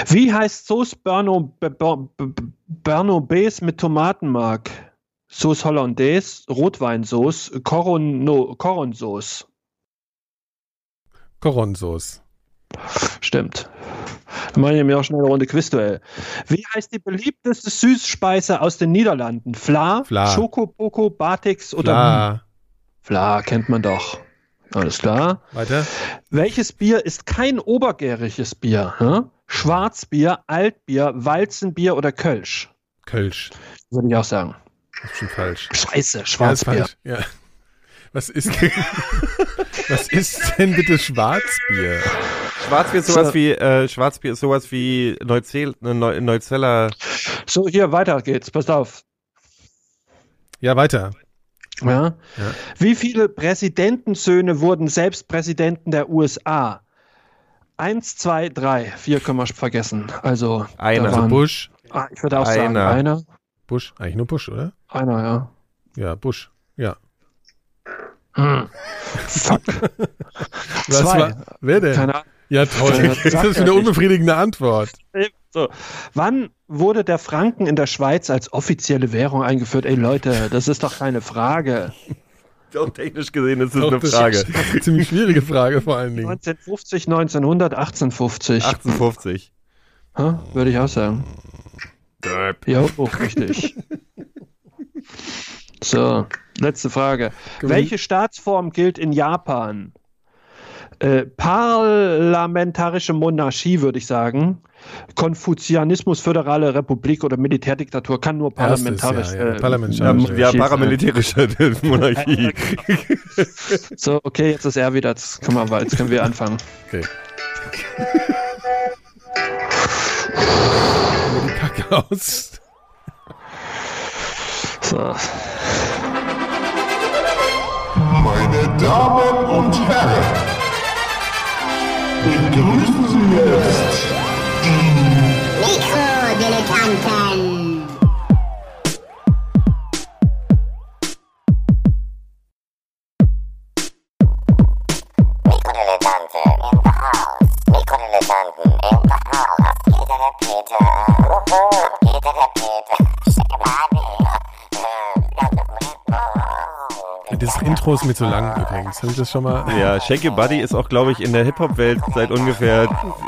Wie heißt Sauce Bernays mit Tomatenmark? Sauce Hollandaise, Rotweinsauce, Coronsauce. Coronsauce. Stimmt. Dann mache ich mir auch schnell eine Runde Quizduell. Wie heißt die beliebteste Süßspeise aus den Niederlanden? Fla, Schokoboko, Batix oder Fla kennt man doch. Alles klar. Weiter. Welches Bier ist kein obergäriges Bier? Hm? Schwarzbier, Altbier, Walzenbier oder Kölsch? Kölsch. Würde ich auch sagen. Das ist schon falsch. Scheiße, Schwarzbier. Ja. Was ist denn bitte Schwarzbier? Schwarzbier ist sowas wie Neuzeller. So, hier, weiter geht's. Pass auf. Ja, weiter. Ja. Wie viele Präsidentensöhne wurden selbst Präsidenten der USA? 1, 2, 3. 4 können wir vergessen. Also einer. Bush. Ich würde auch sagen, einer. Bush. Eigentlich nur Bush, oder? Einer, ja. Ja, Bush. Ja. Fuck. Wer denn? Keine Ahnung. Ja, toll. Das ist eine unbefriedigende Antwort. So. Wann wurde der Franken in der Schweiz als offizielle Währung eingeführt? Ey Leute, das ist doch keine Frage. Doch technisch gesehen ist es eine Frage. Das ist eine ziemlich schwierige Frage vor allen Dingen. 1950, 1900, 1850. 1850. Würde ich auch sagen. Ja, richtig. So, letzte Frage. Welche Staatsform gilt in Japan? Parlamentarische Monarchie, würde ich sagen. Konfuzianismus, föderale Republik oder Militärdiktatur kann nur parlamentarisch. Paramilitärische Monarchie. So, okay, jetzt ist er wieder. Jetzt können wir anfangen. Okay. Die Kacke aus. So. Meine Damen und Herren, begrüßen Sie jetzt die Mikrodilettanten. Das Intro ist mir zu lang übrigens. Habe ich das schon mal? Ja, Shake Your Body ist auch, glaube ich, in der Hip-Hop-Welt seit ungefähr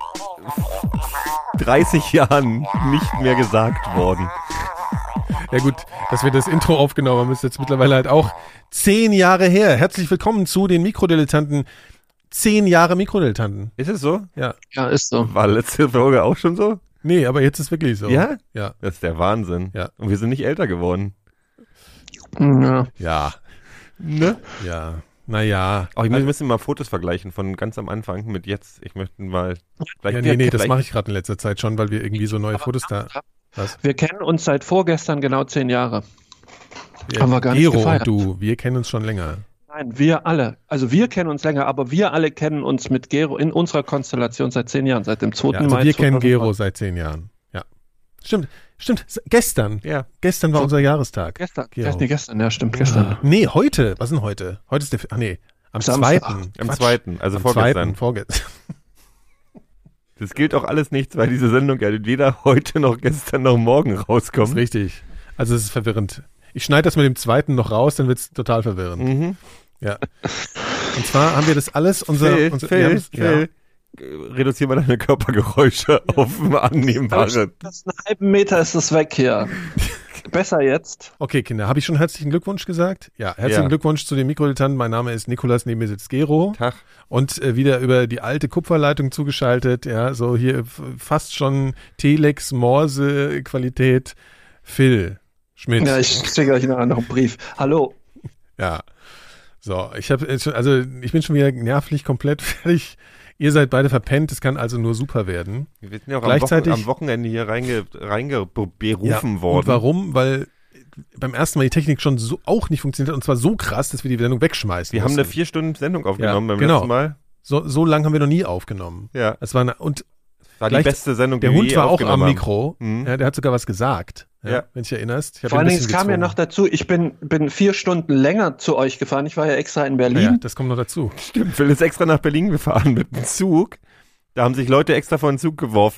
30 Jahren nicht mehr gesagt worden. Ja gut, dass wir das Intro aufgenommen haben, ist jetzt mittlerweile halt auch 10 Jahre her. Herzlich willkommen zu den Mikrodilettanten. 10 Jahre Mikrodilettanten. Ist es so? Ja. Ja, ist so. War letzte Folge auch schon so? Nee, aber jetzt ist wirklich so. Ja? Ja. Das ist der Wahnsinn. Ja. Und wir sind nicht älter geworden. Ja. Ja. Ne? Ja. Naja. Auch wir müssen mal Fotos vergleichen von ganz am Anfang mit jetzt. Ich möchte mal... Nee, das mache ich gerade in letzter Zeit schon, weil wir irgendwie so neue Fotos da... Was? Wir kennen uns seit vorgestern genau 10 Jahre. Haben wir gar nicht gefeiert. Wir kennen uns schon länger. Nein, wir alle. Also wir kennen uns länger, aber wir alle kennen uns mit Gero in unserer Konstellation seit 10 Jahren, seit dem 2. Ja, also Mai. Wir kennen Gero seit 10 Jahren. Ja. Stimmt. Gestern. Ja. Gestern war unser Jahrestag. Gestern, ja, stimmt, gestern. Nee, heute. Was ist denn heute? Heute ist am 2. Am 2., also vorgestern. Das gilt auch alles nichts, weil diese Sendung ja weder heute noch gestern noch morgen rauskommt. Das ist richtig. Also es ist verwirrend. Ich schneide das mit dem 2. noch raus, dann wird es total verwirrend. Mhm. Ja. Und zwar haben wir das alles, Phil, reduzieren wir deine Körpergeräusche auf annehmbare. Das einen halben Meter ist es weg hier. Besser jetzt. Okay, Kinder, habe ich schon herzlichen Glückwunsch gesagt? Ja, herzlichen Glückwunsch zu den Mikrodilettanten. Mein Name ist Nikolas, neben mir sitzt Gero. Tag. Und wieder über die alte Kupferleitung zugeschaltet, ja, so hier fast schon Telex-Morse-Qualität, Phil Schmidt. Ja, ich schicke euch noch einen Brief. Hallo. Ja. So, ich bin schon wieder nervlich komplett fertig. Ihr seid beide verpennt, es kann also nur super werden. Wir sind ja auch gleichzeitig am Wochenende hier reingerufen worden. Und warum? Weil beim ersten Mal die Technik schon so auch nicht funktioniert hat und zwar so krass, dass wir die Sendung wegschmeißen Wir haben eine 4 Stunden Sendung aufgenommen beim letzten Mal. So lang haben wir noch nie aufgenommen. Ja. Es war die beste Sendung, die der wir Hund je war auch am haben. Mikro. Mhm. Ja, der hat sogar was gesagt. Ja. Wenn du dich erinnerst. Vor allen Dingen, es kam ja noch dazu, ich bin 4 Stunden länger zu euch gefahren. Ich war ja extra in Berlin. Ja, das kommt noch dazu. Stimmt, Phil ist extra nach Berlin gefahren mit dem Zug. Da haben sich Leute extra vor den Zug geworfen,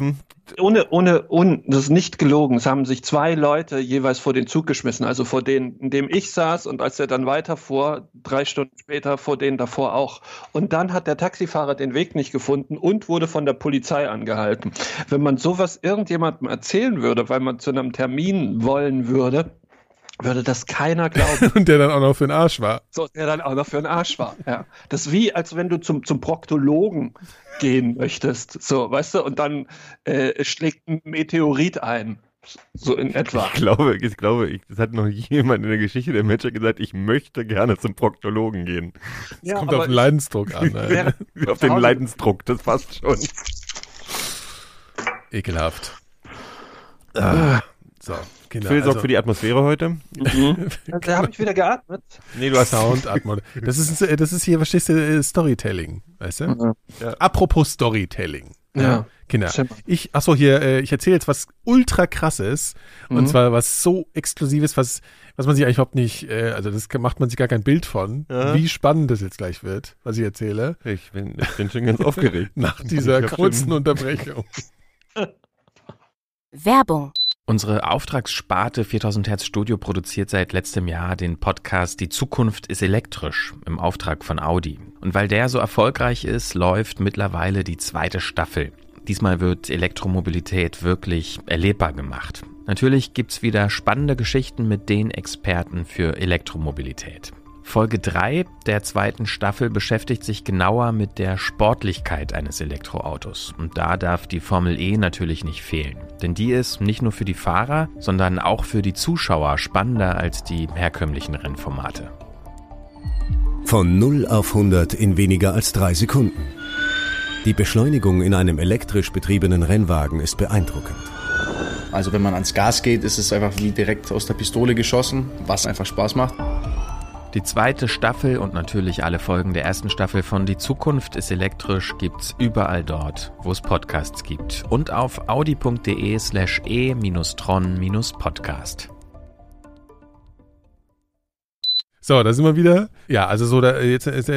Das ist nicht gelogen. Es haben sich 2 Leute jeweils vor den Zug geschmissen. Also vor denen, in dem ich saß und als er dann weiterfuhr, 3 Stunden später vor denen davor auch. Und dann hat der Taxifahrer den Weg nicht gefunden und wurde von der Polizei angehalten. Wenn man sowas irgendjemandem erzählen würde, weil man zu einem Termin wollen würde das keiner glauben. Und der dann auch noch für den Arsch war. So, der dann auch noch für den Arsch war, ja. Das ist wie, als wenn du zum Proktologen gehen möchtest, so, weißt du, und dann schlägt ein Meteorit ein, so in etwa. Ich glaube, das hat noch jemand in der Geschichte der Menschheit gesagt, ich möchte gerne zum Proktologen gehen. Das kommt auf den Leidensdruck an. Auf den Leidensdruck, das passt schon. Ekelhaft. So. Genau, Phil sorgt für die Atmosphäre heute. Da habe ich wieder geatmet. Nee, du hast Soundatmung. Das ist hier, verstehst du, Storytelling, weißt du? Mhm. Ja. Apropos Storytelling. Ja. Kinder. Ich erzähle jetzt was ultra krasses und zwar was so Exklusives, was man sich eigentlich überhaupt nicht, also das macht man sich gar kein Bild von, wie spannend das jetzt gleich wird, was ich erzähle. Ich bin schon ganz aufgeregt. Nach dieser kurzen Unterbrechung. Werbung. Unsere Auftragssparte 4000 Hertz Studio produziert seit letztem Jahr den Podcast Die Zukunft ist elektrisch im Auftrag von Audi. Und weil der so erfolgreich ist, läuft mittlerweile die 2. Staffel. Diesmal wird Elektromobilität wirklich erlebbar gemacht. Natürlich gibt's wieder spannende Geschichten mit den Experten für Elektromobilität. Folge 3 der 2. Staffel beschäftigt sich genauer mit der Sportlichkeit eines Elektroautos. Und da darf die Formel E natürlich nicht fehlen. Denn die ist nicht nur für die Fahrer, sondern auch für die Zuschauer spannender als die herkömmlichen Rennformate. Von 0 auf 100 in weniger als 3 Sekunden. Die Beschleunigung in einem elektrisch betriebenen Rennwagen ist beeindruckend. Also wenn man ans Gas geht, ist es einfach wie direkt aus der Pistole geschossen, was einfach Spaß macht. Die 2. Staffel und natürlich alle Folgen der 1. Staffel von Die Zukunft ist elektrisch gibt's überall dort, wo es Podcasts gibt. Und auf audi.de/e-tron-podcast. So, da sind wir wieder. Ja, also so, genau,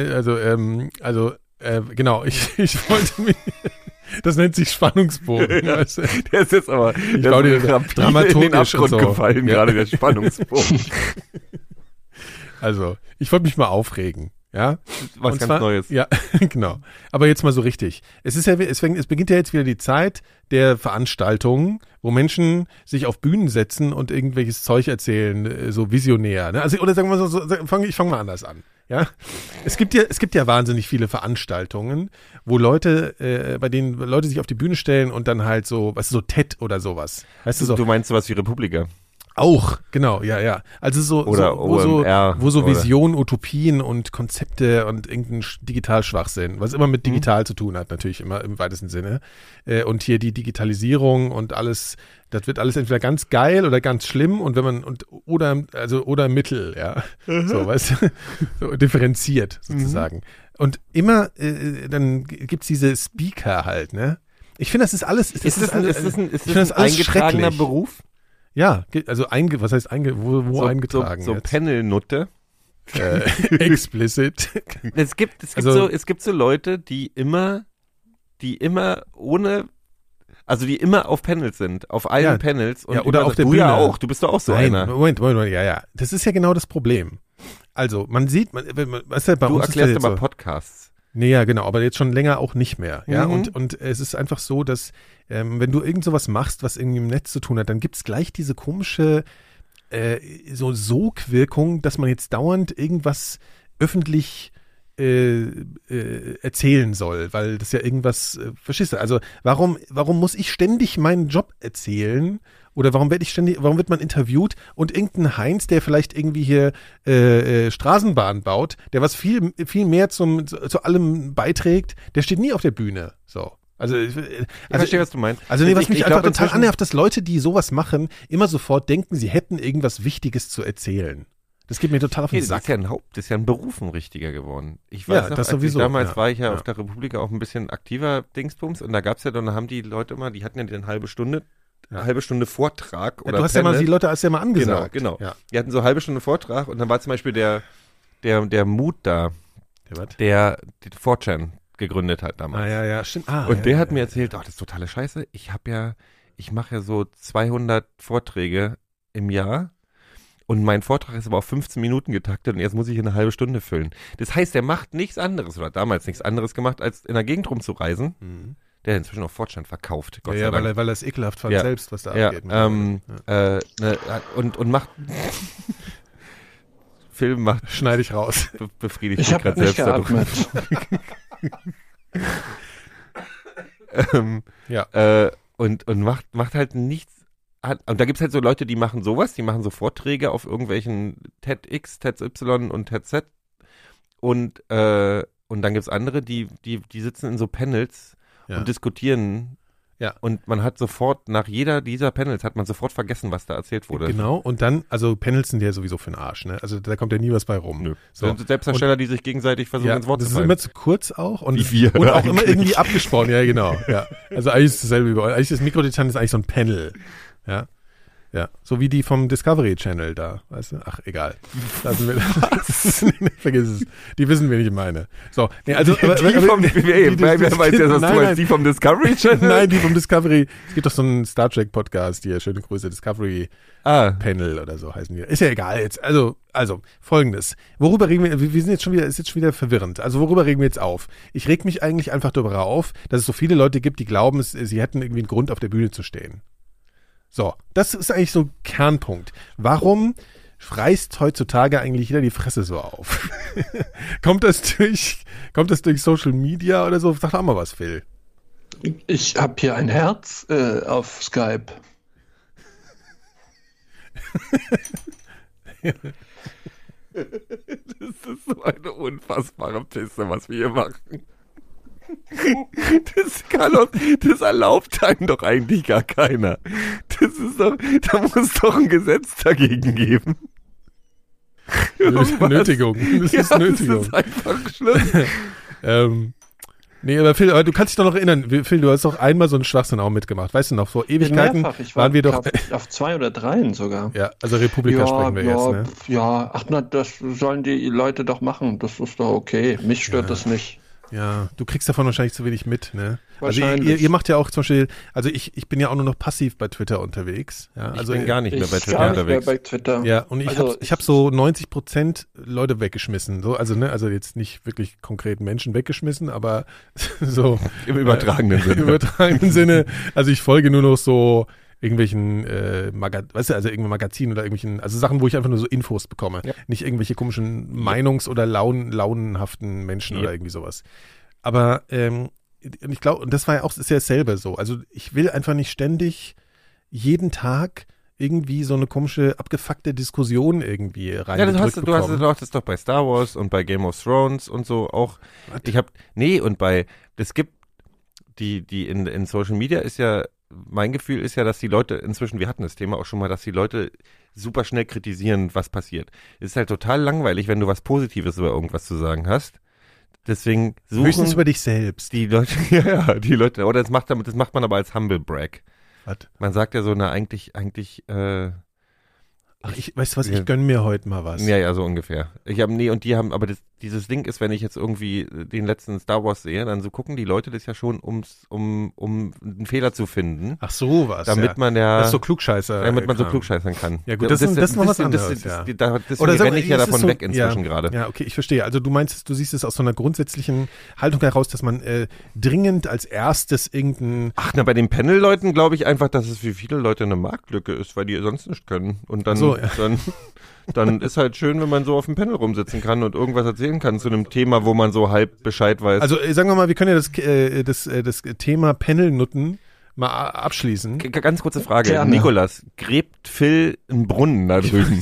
ich wollte mich... Das nennt sich Spannungsbogen. Ja, weißt du? Der ist jetzt aber dramaturgisch in den Abgrund so gefallen, gerade der Spannungsbogen. Also, ich wollte mich mal aufregen, ja? Was und ganz zwar, Neues. Ja, genau. Aber jetzt mal so richtig. Es beginnt ja jetzt wieder die Zeit der Veranstaltungen, wo Menschen sich auf Bühnen setzen und irgendwelches Zeug erzählen, so visionär. Ne? Also, oder sagen wir so, ich fange mal anders an. Ja, es gibt ja wahnsinnig viele Veranstaltungen, wo bei denen Leute sich auf die Bühne stellen und dann halt so, weißt du, so TED oder sowas. Weißt du, so. Du meinst sowas wie Republika? Auch, genau, ja. Also wo so Visionen, Utopien und Konzepte und irgendein Digitalschwachsinn, was immer mit digital zu tun hat, natürlich immer im weitesten Sinne. Und hier die Digitalisierung und alles, das wird alles entweder ganz geil oder ganz schlimm und wenn man oder mittel, ja. So, weißt du, so differenziert sozusagen. Und immer, dann gibt's diese Speaker halt, ne? Ich finde, das ist alles, ist das ein eingetragener Beruf? Ja, also was heißt wo so, eingetragen? So Panel-Nutte. Explicit. Es gibt so Leute, die immer auf Panels sind, auf allen Panels. Und oder auf der Bühne. Du ja auch, du bist doch auch so einer. Moment, ja. Das ist ja genau das Problem. Also, man sieht, weißt du, bei uns erklärst aber Podcasts. Nee, ja, genau, aber jetzt schon länger auch nicht mehr. Ja, und es ist einfach so, dass wenn du irgend sowas machst, was irgendwie im Netz zu tun hat, dann gibt's gleich diese komische Sogwirkung, dass man jetzt dauernd irgendwas öffentlich erzählen soll, weil das ja irgendwas, verstehst du? Also warum muss ich ständig meinen Job erzählen? Oder warum wird man interviewt und irgendein Heinz, der vielleicht irgendwie hier Straßenbahn baut, der was viel mehr zu allem beiträgt, der steht nie auf der Bühne. So. Also ich verstehe, was du meinst. Also was mich einfach total annervt, dass Leute, die sowas machen, immer sofort denken, sie hätten irgendwas Wichtiges zu erzählen. Das geht mir total auf den Sack. Das ist ja ein Beruf, ein richtiger geworden. Ich weiß noch, das sowieso. Damals war ich ja auf der Republika auch ein bisschen aktiver Dingsbums und da gab's ja, dann haben die Leute immer, die hatten ja eine halbe Stunde Vortrag oder du hast Panel. Ja mal die Leute als ja mal angesagt. Genau. Ja. Die hatten so eine halbe Stunde Vortrag und dann war zum Beispiel der Mut da. Der 4chan. gegründet hat damals. Ja, stimmt. Und der hat mir erzählt, das ist totale Scheiße, ich mache ja so 200 Vorträge im Jahr und mein Vortrag ist aber auf 15 Minuten getaktet und jetzt muss ich eine halbe Stunde füllen. Das heißt, er macht nichts anderes oder hat damals nichts anderes gemacht, als in der Gegend rumzureisen. Mhm. Der hat inzwischen auch Fortschritt verkauft, Gott sei Dank. Weil er es ekelhaft fand selbst, was da abgeht. Und macht Film macht. Schneide ich raus. Befriedigt mich gerade selbst dadurch. Und macht halt nichts. Und da gibt es halt so Leute, die machen sowas, die machen so Vorträge auf irgendwelchen TEDx, TEDY und TEDZ. Und dann gibt es andere, die sitzen in so Panels und diskutieren. Ja. Und man hat sofort, nach jeder dieser Panels hat man sofort vergessen, was da erzählt wurde. Genau, und dann, also Panels sind ja sowieso für den Arsch, ne? Also da kommt ja nie was bei rum. Nö. So. Das sind Selbstdarsteller, die sich gegenseitig versuchen ins Wort zu fallen. Das ist immer zu kurz auch und wie wir und auch immer irgendwie abgesprochen, ja genau. Ja. Also eigentlich ist es dasselbe wie bei euch. Eigentlich das Mikrotitan ist eigentlich so ein Panel. Ja. Ja, so wie die vom Discovery Channel da, weißt du? Ach, egal. Lassen wir das. Vergiss es. Die wissen, wen ich meine. So, nee, also die vom Discovery Channel? Nein, die vom Discovery. Es gibt doch so einen Star Trek Podcast, hier, schöne Grüße, Discovery Panel oder so heißen die. Ist ja egal jetzt. Also Folgendes. Worüber reden wir? Wir sind jetzt ist jetzt schon wieder verwirrend. Also worüber regen wir jetzt auf? Ich reg mich eigentlich einfach darüber auf, dass es so viele Leute gibt, die glauben, sie hätten irgendwie einen Grund, auf der Bühne zu stehen. So, das ist eigentlich so ein Kernpunkt. Warum reißt heutzutage eigentlich jeder die Fresse so auf? Kommt das durch Social Media oder so? Sag doch mal was, Phil. Ich habe hier ein Herz auf Skype. Das ist so eine unfassbare Pisse, was wir hier machen. Das erlaubt einem doch eigentlich gar keiner. Da muss doch ein Gesetz dagegen geben. Nötigung. Das ist Nötigung. Das ist einfach schlimm. Nee, aber Phil, du kannst dich doch noch erinnern, Phil, du hast doch einmal so einen Schwachsinn auch mitgemacht. Weißt du noch, vor Ewigkeiten waren wir doch... Auf 2 oder 3 sogar. Ja, also Republika sprechen wir jetzt, ne? Ja, das sollen die Leute doch machen. Das ist doch okay. Mich stört das nicht. Ja, du kriegst davon wahrscheinlich zu wenig mit, ne? Also ihr macht ja auch zum Beispiel, also ich bin ja auch nur noch passiv bei Twitter unterwegs. Ja, also ich bin gar nicht mehr bei Twitter unterwegs. Bei Twitter. Ja, und ich hab so 90% Leute weggeschmissen. So, also jetzt nicht wirklich konkret Menschen weggeschmissen, aber so im übertragenen Sinne. Im übertragenen Sinne. Also ich folge nur noch so irgendwelchen irgendwelchen Magazinen oder irgendwelchen, also Sachen, wo ich einfach nur so Infos bekomme. Ja. Nicht irgendwelche komischen Meinungs- oder launenhaften Menschen oder irgendwie sowas. Aber ich glaube, und das war ja auch, ist ja dasselbe so. Also ich will einfach nicht ständig jeden Tag irgendwie so eine komische, abgefuckte Diskussion irgendwie reingedrückt bekommen. Du hast das doch bei Star Wars und bei Game of Thrones und so auch. Es gibt die in Social Media ist ja, mein Gefühl ist ja, dass die Leute inzwischen, wir hatten das Thema auch schon mal, dass die Leute super schnell kritisieren, was passiert. Es ist halt total langweilig, wenn du was Positives über irgendwas zu sagen hast. Deswegen suchen höchstens über dich selbst. Die Leute, die Leute, oder das macht man aber als Humble Brag. Was? Man sagt ja so, eigentlich, weißt du was, ich gönn mir heute mal was. Ja, so ungefähr. Aber dieses Ding ist, wenn ich jetzt irgendwie den letzten Star Wars sehe, dann so gucken die Leute das ja schon, um einen Fehler zu finden. Ach so, was. Damit man ja. Das ist so Klugscheißer. Damit man so klugscheißern kann. Ja gut, das ist noch was anderes. Deswegen renne ich ja davon weg inzwischen gerade. Ja, okay, ich verstehe. Also du meinst, du siehst es aus so einer grundsätzlichen Haltung heraus, dass man dringend als erstes irgendein... Bei den Panel-Leuten glaube ich einfach, dass es für viele Leute eine Marktlücke ist, weil die sonst nicht können. Und dann dann ist halt schön, wenn man so auf dem Panel rumsitzen kann und irgendwas erzählen kann zu einem Thema, wo man so halb Bescheid weiß. Also sagen wir mal, wir können ja das Thema Panel-Nutten mal abschließen. Ganz kurze Frage. Gerne. Nikolas, gräbt Phil einen Brunnen da drüben?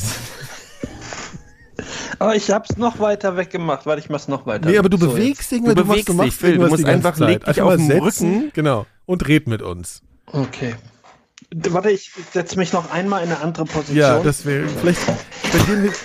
Aber ich hab's noch weiter weggemacht, weil ich mach's noch weiter. Nee, aber du bewegst irgendwas. Du machst Phil. Du musst einfach leg dich auf den Rücken. Genau. Und red mit uns. Okay. Warte, ich setze mich noch einmal in eine andere Position. Ja, das wäre vielleicht gehen wir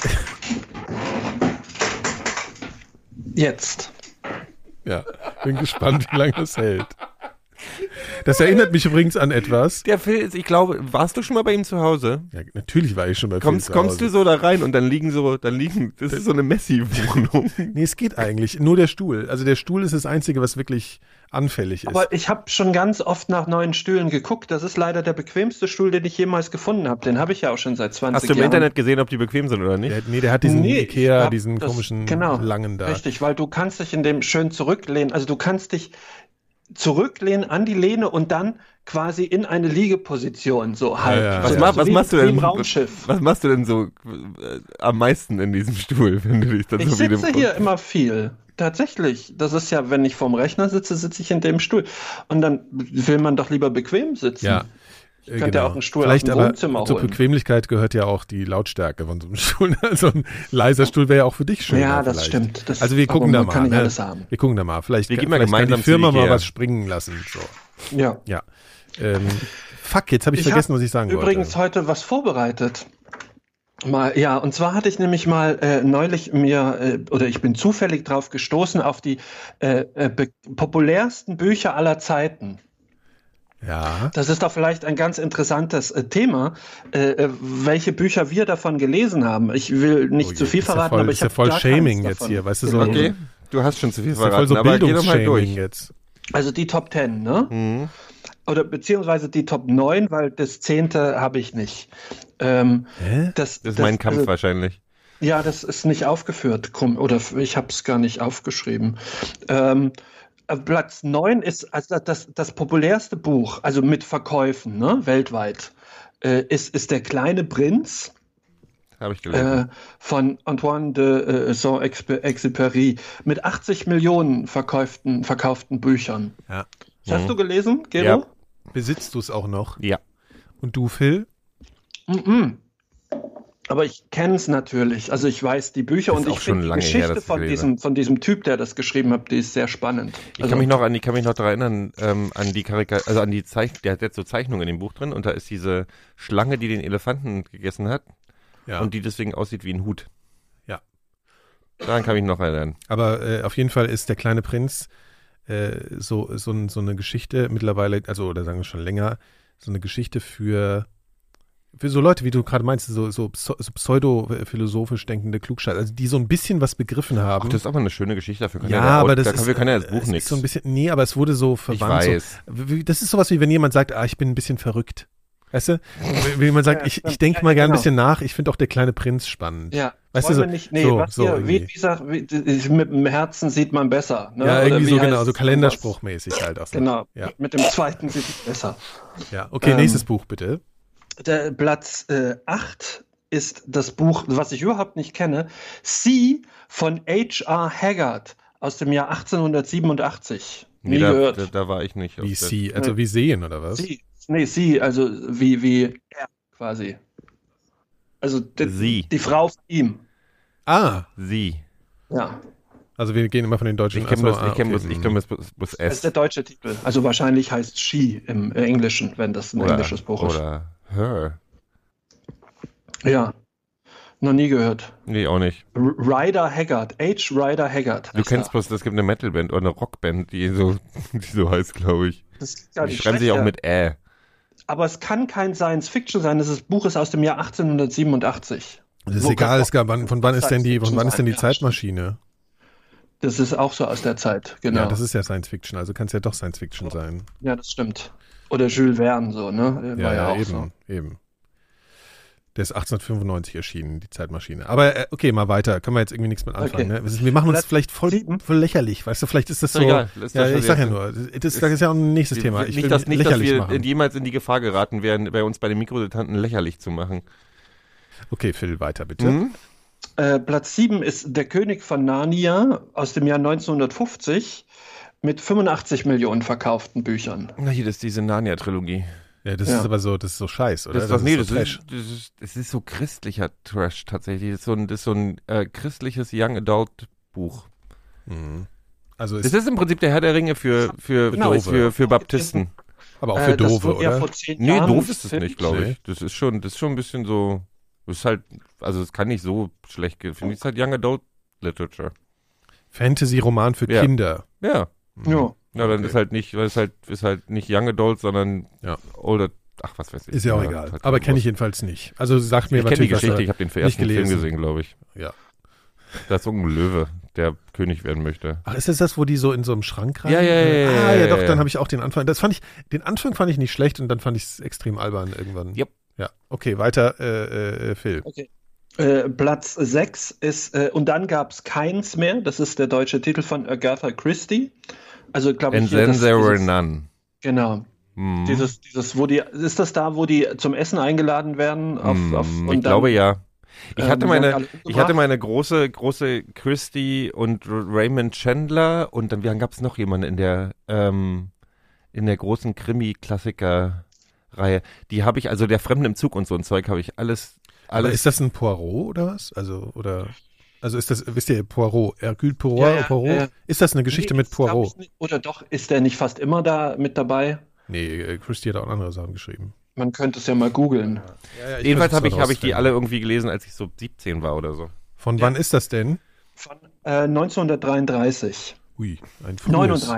jetzt. Ja, bin gespannt, wie lange das hält. Das erinnert mich übrigens an etwas. Der Phil ist, ich glaube, warst du schon mal bei ihm zu Hause? Ja, natürlich war ich schon bei Phil zu Hause. Kommst du so da rein und dann liegen, das ist so eine Messi-Wohnung. Nee, es geht eigentlich. Nur der Stuhl. Also der Stuhl ist das Einzige, was wirklich anfällig ist. Aber ich habe schon ganz oft nach neuen Stühlen geguckt. Das ist leider der bequemste Stuhl, den ich jemals gefunden habe. Den habe ich ja auch schon seit 20 Jahren. Hast du im Internet gesehen, ob die bequem sind oder nicht? Der hat diesen Ikea, diesen komischen langen da. Richtig, weil du kannst dich in dem schön zurücklehnen. Also du kannst dich zurücklehnen an die Lehne und dann quasi in eine Liegeposition so halb. Ja. Was machst du denn so am meisten in diesem Stuhl, wenn du dich dann so wie Ich sitze hier immer viel. Tatsächlich. Das ist ja, wenn ich vorm Rechner sitze, sitze ich in dem Stuhl. Und dann will man doch lieber bequem sitzen. Ja. Ich könnte ja auch einen Stuhl aus dem Wohnzimmer holen. Zur Bequemlichkeit gehört ja auch die Lautstärke von so einem Stuhl. Also ein leiser Stuhl wäre ja auch für dich schön. Ja, das stimmt. Also wir gucken da mal. Wir gucken da mal. Vielleicht kann die Firma mal was springen lassen. So. Ja. Fuck, jetzt habe ich vergessen, was ich sagen wollte. Übrigens heute was vorbereitet. Und zwar hatte ich nämlich mal neulich ich bin zufällig drauf gestoßen auf die populärsten Bücher aller Zeiten. Ja. Das ist doch vielleicht ein ganz interessantes Thema, welche Bücher wir davon gelesen haben. Ich will nicht zu viel verraten, aber ich habe voll Shaming jetzt hier, weißt du so. Okay, du hast schon zu viel verraten, voll so aber geh doch mal durch. Jetzt. Also die Top 10, ne? Mhm. Oder beziehungsweise die Top 9, weil das 10. habe ich nicht. Das ist mein Kampf wahrscheinlich. Ja, das ist nicht aufgeführt. Oder ich habe es gar nicht aufgeschrieben. Platz 9 ist also das populärste Buch, also mit Verkäufen, ne, weltweit, ist Der kleine Prinz. Habe ich gelesen. Von Antoine de Saint-Exupéry mit 80 Millionen verkauften Büchern. Ja. Das hast du gelesen, Gero? Ja. Besitzt du es auch noch? Ja. Und du, Phil? Aber ich kenne es natürlich. Also ich weiß die Bücher und ich finde die Geschichte von diesem Typ, der das geschrieben hat, die ist sehr spannend. Ich kann mich noch daran erinnern, an die Karikatur, also an die Zeichnung, der hat jetzt so Zeichnungen in dem Buch drin und da ist diese Schlange, die den Elefanten gegessen hat und die deswegen aussieht wie ein Hut. Ja. Daran kann ich mich noch erinnern. Aber auf jeden Fall ist Der kleine Prinz so eine Geschichte mittlerweile, also oder sagen wir schon länger, so eine Geschichte für so Leute, wie du gerade meinst, so pseudo-philosophisch denkende Klugscheißer, also die so ein bisschen was begriffen haben. Ach, das ist aber eine schöne Geschichte, dafür wir können ja das Buch nichts. So ein bisschen, nee, aber es wurde so verwandt. Ich weiß. Das ist sowas wie wenn jemand sagt, ich bin ein bisschen verrückt. Weißt du? Wenn jemand sagt, ich denke mal gern ein bisschen nach, ich finde auch Der kleine Prinz spannend. Ja. Weißt du, mit dem Herzen sieht man besser. Ne? Ja, irgendwie so genau, so kalenderspruchmäßig halt auch. So. Genau, ja. Mit dem zweiten sieht es besser. Ja, okay, nächstes Buch bitte. Der Platz 8 ist das Buch, was ich überhaupt nicht kenne, Sie von H.R. Haggard aus dem Jahr 1887. Nie gehört. Da war ich nicht. Wie Sie, also wie sehen oder was? Sie, also wie er quasi. Also die Frau von ihm. Sie. Ja. Also wir gehen immer von den deutschen. Ich kenne das Das ist der deutsche Titel. Also wahrscheinlich heißt She im Englischen, wenn das ein englisches Buch ist. Oder Her. Ja. Noch nie gehört. Nee, auch nicht. Rider Haggard. H. Rider Haggard. Du kennst bloß, es gibt eine Metalband oder eine Rockband, die so heißt, glaube ich. Die schreiben sich auch mit Aber es kann kein Science-Fiction sein. Das Buch ist aus dem Jahr 1887. Das ist egal, von wann ist denn die Zeitmaschine? Das ist auch so aus der Zeit, genau. Ja, das ist ja Science-Fiction, also kann es ja doch Science-Fiction sein. Ja, das stimmt. Oder Jules Verne, so, ne? Ja, eben. Der ist 1895 erschienen, die Zeitmaschine. Aber okay, mal weiter. Können wir jetzt irgendwie nichts mit anfangen. Okay. Ne? Wir machen uns vielleicht voll lächerlich. Weißt du, vielleicht ist das so. Egal, ich sag ja nur, das ist ja auch ein nächstes Thema. Nicht, dass wir jemals in die Gefahr geraten wären, bei uns bei den Mikrodilettanten lächerlich zu machen. Okay, Phil, weiter bitte. Platz 7 ist Der König von Narnia aus dem Jahr 1950 mit 85 Millionen verkauften Büchern. Na, hier, das ist diese Narnia-Trilogie. Ja, das ist aber so, das ist so scheiß, oder? Das ist so christlicher Trash tatsächlich. Das ist so ein christliches Young Adult Buch. Mhm. Also das ist im Prinzip der Herr der Ringe für Baptisten. Aber auch für Doofe, oder? Nee, doof ist es nicht, glaube ich. Das ist schon ein bisschen so, das ist halt, also es kann nicht so schlecht gehen. Finde ich, halt Young Adult Literature. Fantasy-Roman für Kinder. Ja. Ja. Ja, dann ist halt nicht Young Adult, sondern Older. Ach, was weiß ich. Ist ja auch egal. Aber kenne ich jedenfalls nicht. Also sagt mir natürlich, ich kenne die Geschichte, ich habe den ersten Film gesehen, glaube ich. Ja. Da ist irgendein Löwe, der König werden möchte. Ach, ist das, wo die so in so einem Schrank rein? Ja, doch, dann habe ich auch den Anfang. Den Anfang fand ich nicht schlecht und dann fand ich es extrem albern irgendwann. Yep. Ja, okay, weiter, Phil. Okay. Platz 6 ist, und dann gab es keins mehr, das ist der deutsche Titel von Agatha Christie. Also, glaube ich, And then there were none. Genau. Dieses, ist das da, wo die zum Essen eingeladen werden? Ich glaube ja. Ich hatte meine große Christie und Raymond Chandler und dann gab es noch jemanden in der großen Krimi-Klassiker-Reihe. Die habe ich, also der Fremde im Zug und so ein Zeug habe ich alles. Aber ist das ein Poirot oder was? Also ist das, wisst ihr, Poirot, Hercule Poirot? Ja. Ist das eine Geschichte mit Poirot? Oder doch, ist der nicht fast immer da mit dabei? Nee, Christie hat auch andere Sachen geschrieben. Man könnte es ja mal googeln. Ja, jedenfalls habe ich die alle irgendwie gelesen, als ich so 17 war oder so. Von wann ist das denn? Von 1933. Ui, ein frühes.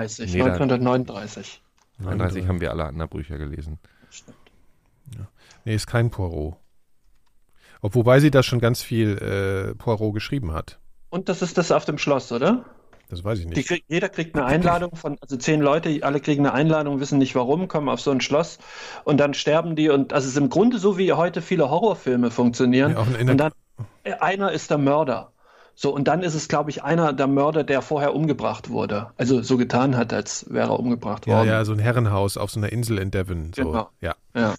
1939. 39 haben wir alle Anna-Bücher gelesen. Stimmt. Ja. Nee, ist kein Poirot. Wobei sie da schon ganz viel Poirot geschrieben hat. Und das ist das auf dem Schloss, oder? Das weiß ich nicht. Jeder kriegt eine Einladung also 10 Leute, alle kriegen eine Einladung, wissen nicht warum, kommen auf so ein Schloss und dann sterben die und also es ist im Grunde so, wie heute viele Horrorfilme funktionieren. Ja, und dann einer ist der Mörder. So, und dann ist es, glaube ich, einer der Mörder, der vorher umgebracht wurde. Also so getan hat, als wäre er umgebracht worden. Ja, so ein Herrenhaus auf so einer Insel in Devon. So. Genau. Ja.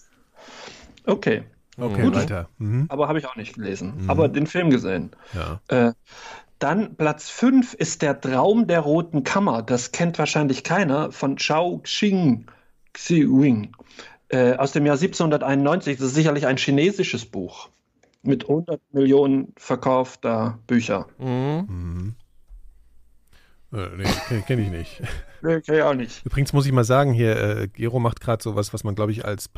Okay. Gut. Weiter. Aber habe ich auch nicht gelesen. Aber den Film gesehen. Ja. Dann Platz 5 ist Der Traum der Roten Kammer. Das kennt wahrscheinlich keiner, von Zhao Xi-Wing aus dem Jahr 1791. Das ist sicherlich ein chinesisches Buch mit 100 Millionen verkaufter Bücher. Nee, kenne ich nicht. Nee, kenne ich auch nicht. Übrigens muss ich mal sagen, hier, Gero macht gerade sowas, was man, glaube ich, als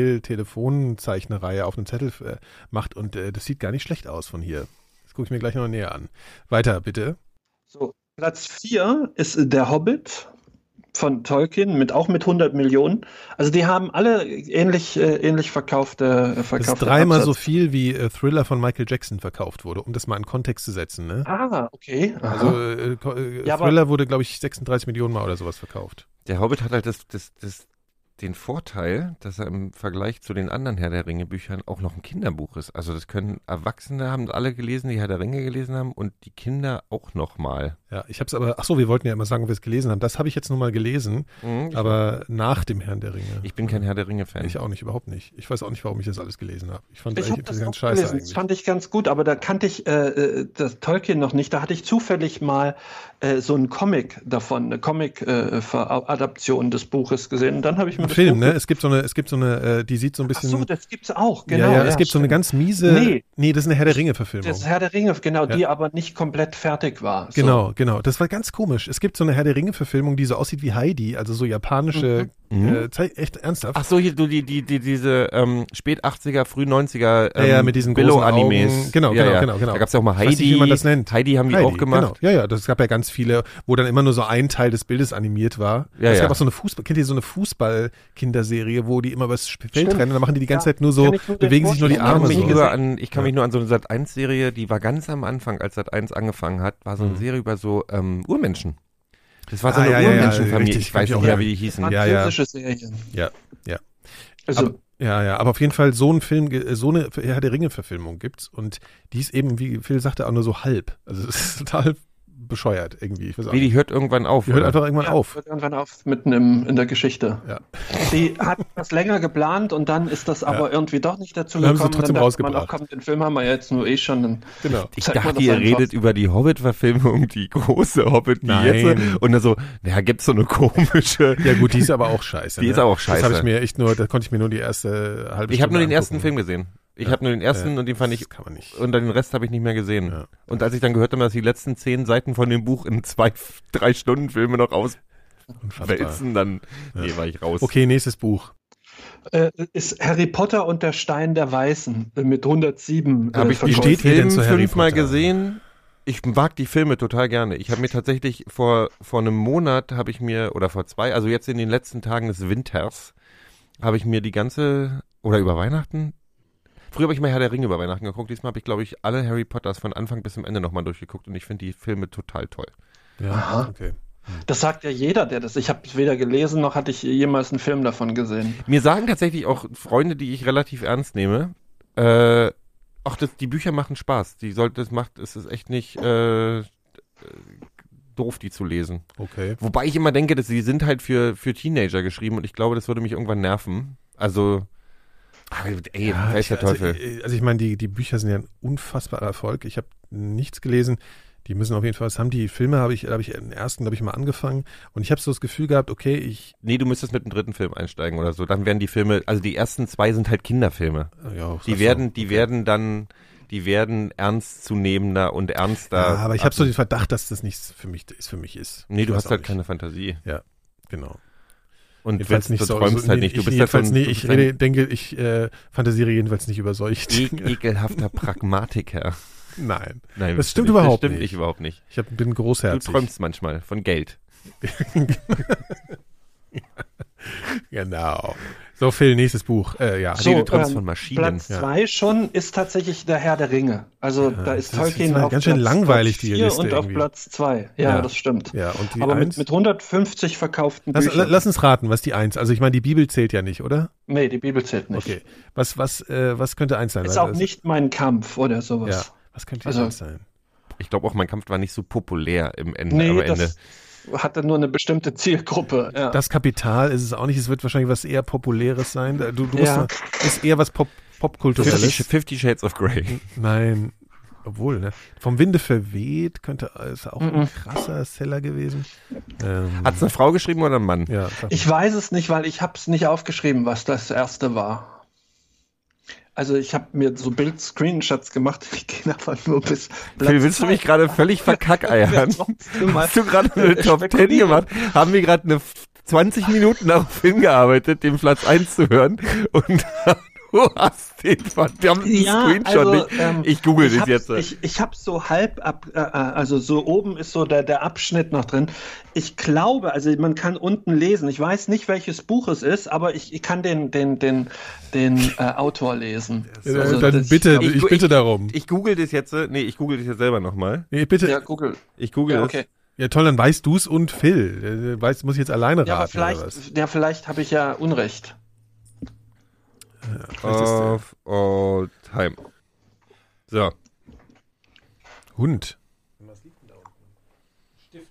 Parallel-Telefonzeichnerreihe auf einem Zettel macht und das sieht gar nicht schlecht aus von hier. Gucke ich mir gleich noch näher an. Weiter, bitte. So, Platz 4 ist Der Hobbit von Tolkien, auch mit 100 Millionen. Also die haben alle ähnlich verkaufte Das ist dreimal so viel wie Thriller von Michael Jackson verkauft wurde, um das mal in Kontext zu setzen. Ne? Ah, okay. Also Thriller wurde, glaube ich, 36 Millionen Mal oder sowas verkauft. Der Hobbit hat halt den Vorteil, dass er im Vergleich zu den anderen Herr der Ringe Büchern auch noch ein Kinderbuch ist. Also das können Erwachsene, haben alle gelesen, die Herr der Ringe gelesen haben und die Kinder auch nochmal. Ja, ich habe es aber, wir wollten ja immer sagen, ob wir es gelesen haben. Das habe ich jetzt nur mal gelesen, aber nach dem Herrn der Ringe. Ich bin kein Herr der Ringe-Fan. Ich auch nicht, überhaupt nicht. Ich weiß auch nicht, warum ich das alles gelesen habe. Ich fand das ganz scheiße gelesen. eigentlich. Das fand ich ganz gut, aber da kannte ich das Tolkien noch nicht. Da hatte ich zufällig mal so einen Comic davon, eine Comic-Adaption des Buches gesehen. Und dann habe ich mir das Film, ne? Es gibt so eine, die sieht so ein bisschen. Ach so, das gibt's auch, genau. Ja, es gibt so eine ganz miese. Nee, das ist eine Herr der Ringe-Verfilmung. Das ist Herr der Ringe, genau, die aber nicht komplett fertig war. So. Genau. Das war ganz komisch. Es gibt so eine Herr der Ringe-Verfilmung, die so aussieht wie Heidi, also so japanische, echt ernsthaft. Ach so, hier diese spät 80er, früh 90er mit diesen Billo-Animes. Genau. Da gab es ja auch mal Heidi. Ich weiß nicht, wie man das nennt. Heidi haben die auch gemacht. Genau. Ja, das gab ja ganz viele, wo dann immer nur so ein Teil des Bildes animiert war. Es gab auch so eine kennt ihr so eine Fußball-Kinderserie, wo die immer übers Feld rennen, dann machen die ganze Zeit nur so, bewegen sich nur die Arme. Ich kann mich nur an so eine Sat.1-Serie, die war ganz am Anfang, als Sat.1 angefangen hat, war so eine Serie über so Urmenschen. Das war so eine Urmenschenfamilie. Ich weiß nicht mehr, wie die hießen. Französische Serien. Ja. Also, aber auf jeden Fall so ein Film, so eine Herr der Ringe-Verfilmung gibt's und die ist eben, wie Phil sagte, auch nur so halb. Also es ist total bescheuert irgendwie. Ich weiß auch die hört irgendwann auf. Die hört einfach irgendwann auf. Hört irgendwann auf, mitten in der Geschichte. Ja. Die hat das länger geplant und dann ist das aber irgendwie doch nicht dazu gekommen. Haben sie trotzdem rausgebracht. Den Film haben wir jetzt nur schon. Genau. Ich dachte, ihr redet über die Hobbit-Verfilmung, die große Hobbit, die jetzt. Und dann so, gibt's so eine komische. Ja gut, die ist aber auch scheiße. Die ist auch scheiße. Das habe ich mir da konnte ich mir nur die erste halbe Stunde Ich habe nur den angucken. ersten Film gesehen. Ich habe nur den ersten und den fand ich, kann man nicht. Und den Rest habe ich nicht mehr gesehen. Ja. Und als ich dann gehört habe, dass die letzten 10 Seiten von dem Buch in 2-3 Stunden Filme noch auswälzen, dann war ich raus. Okay, nächstes Buch. Ist Harry Potter und der Stein der Weisen mit 107. Habe ich den Film 5-mal gesehen. Ich mag die Filme total gerne. Ich habe mir tatsächlich vor einem Monat oder vor 2, also jetzt in den letzten Tagen des Winters, habe ich mir oder über Weihnachten, früher habe ich mal Herr der Ringe über Weihnachten geguckt, diesmal habe ich, glaube ich, alle Harry Potters von Anfang bis zum Ende nochmal durchgeguckt und ich finde die Filme total toll. Ja, aha. Okay. Das sagt ja jeder, ich habe es weder gelesen, noch hatte ich jemals einen Film davon gesehen. Mir sagen tatsächlich auch Freunde, die ich relativ ernst nehme, die Bücher machen Spaß. Es ist echt nicht doof, die zu lesen. Okay. Wobei ich immer denke, dass sie sind halt für Teenager geschrieben und ich glaube, das würde mich irgendwann nerven. Also, weiß der Teufel. Also ich meine, die Bücher sind ja ein unfassbarer Erfolg. Ich habe nichts gelesen. Die müssen auf jeden Fall was haben. Die Filme habe ich den ersten, glaube ich, mal angefangen. Und ich habe so das Gefühl gehabt, okay, Nee, du müsstest mit dem 3. Film einsteigen oder so. Dann werden die Filme, also die ersten 2 sind halt Kinderfilme. Ja, die werden ernstzunehmender und ernster. Ja, aber ich habe so den Verdacht, dass das nichts für mich ist. Nee, du hast halt keine Fantasie. Ja, genau. Und du träumst halt nicht. Du bist halt ich fantasiere jedenfalls nicht über solche Dinge. Ekelhafter Pragmatiker. Nein, das stimmt überhaupt nicht. Das stimmt überhaupt nicht. Ich bin großherzig. Du träumst manchmal von Geld. Genau. So, Phil, nächstes Buch. Du träumst von Maschinen. Platz 2 schon ist tatsächlich der Herr der Ringe. Also da ist Tolkien auf ganz schön Platz langweilig, die Liste und irgendwie. auf Platz 2. Ja, das stimmt. Ja, und die aber 1? mit 150 verkauften Büchern. Lass uns raten, was die 1? Also ich meine, die Bibel zählt ja nicht, oder? Nee, die Bibel zählt nicht. Okay. Was könnte 1 sein? Ist auch nicht Mein Kampf oder sowas. Ja. Was könnte 1 sein? Ich glaube auch, Mein Kampf war nicht so populär am Ende. Das hatte nur eine bestimmte Zielgruppe. Ja. Das Kapital ist es auch nicht. Es wird wahrscheinlich was eher Populäres sein. Ist eher was Popkulturelles. 50 Shades of Grey. Nein, obwohl, ne? Vom Winde verweht ist auch ein krasser Seller gewesen. Hat es eine Frau geschrieben oder ein Mann? Ja, ich weiß es nicht, weil ich habe es nicht aufgeschrieben, was das erste war. Also ich habe mir so Bild-Screenshots gemacht, die gehen aber nur bis Platz. Willst du mich gerade völlig verkackeiern? Hast du gerade eine Top 10 gemacht? Haben wir gerade 20 Minuten darauf hingearbeitet, den Platz 1 zu hören und du hast den verdammten Screenshot nicht. Ich google das jetzt. Ich habe so halb also so oben ist so der Abschnitt noch drin. Ich glaube, also man kann unten lesen. Ich weiß nicht, welches Buch es ist, aber ich kann den Autor lesen. Also dann bitte, ich bitte darum. Ich google das jetzt. Ich google das jetzt selber nochmal. Nee, bitte. Ja, google. Ich google okay. Ja, toll, dann weißt du's und Phil. Muss ich jetzt alleine raten. Aber vielleicht habe ich ja Unrecht. Of all time. So. Hund. Was liegt denn da unten? Stift.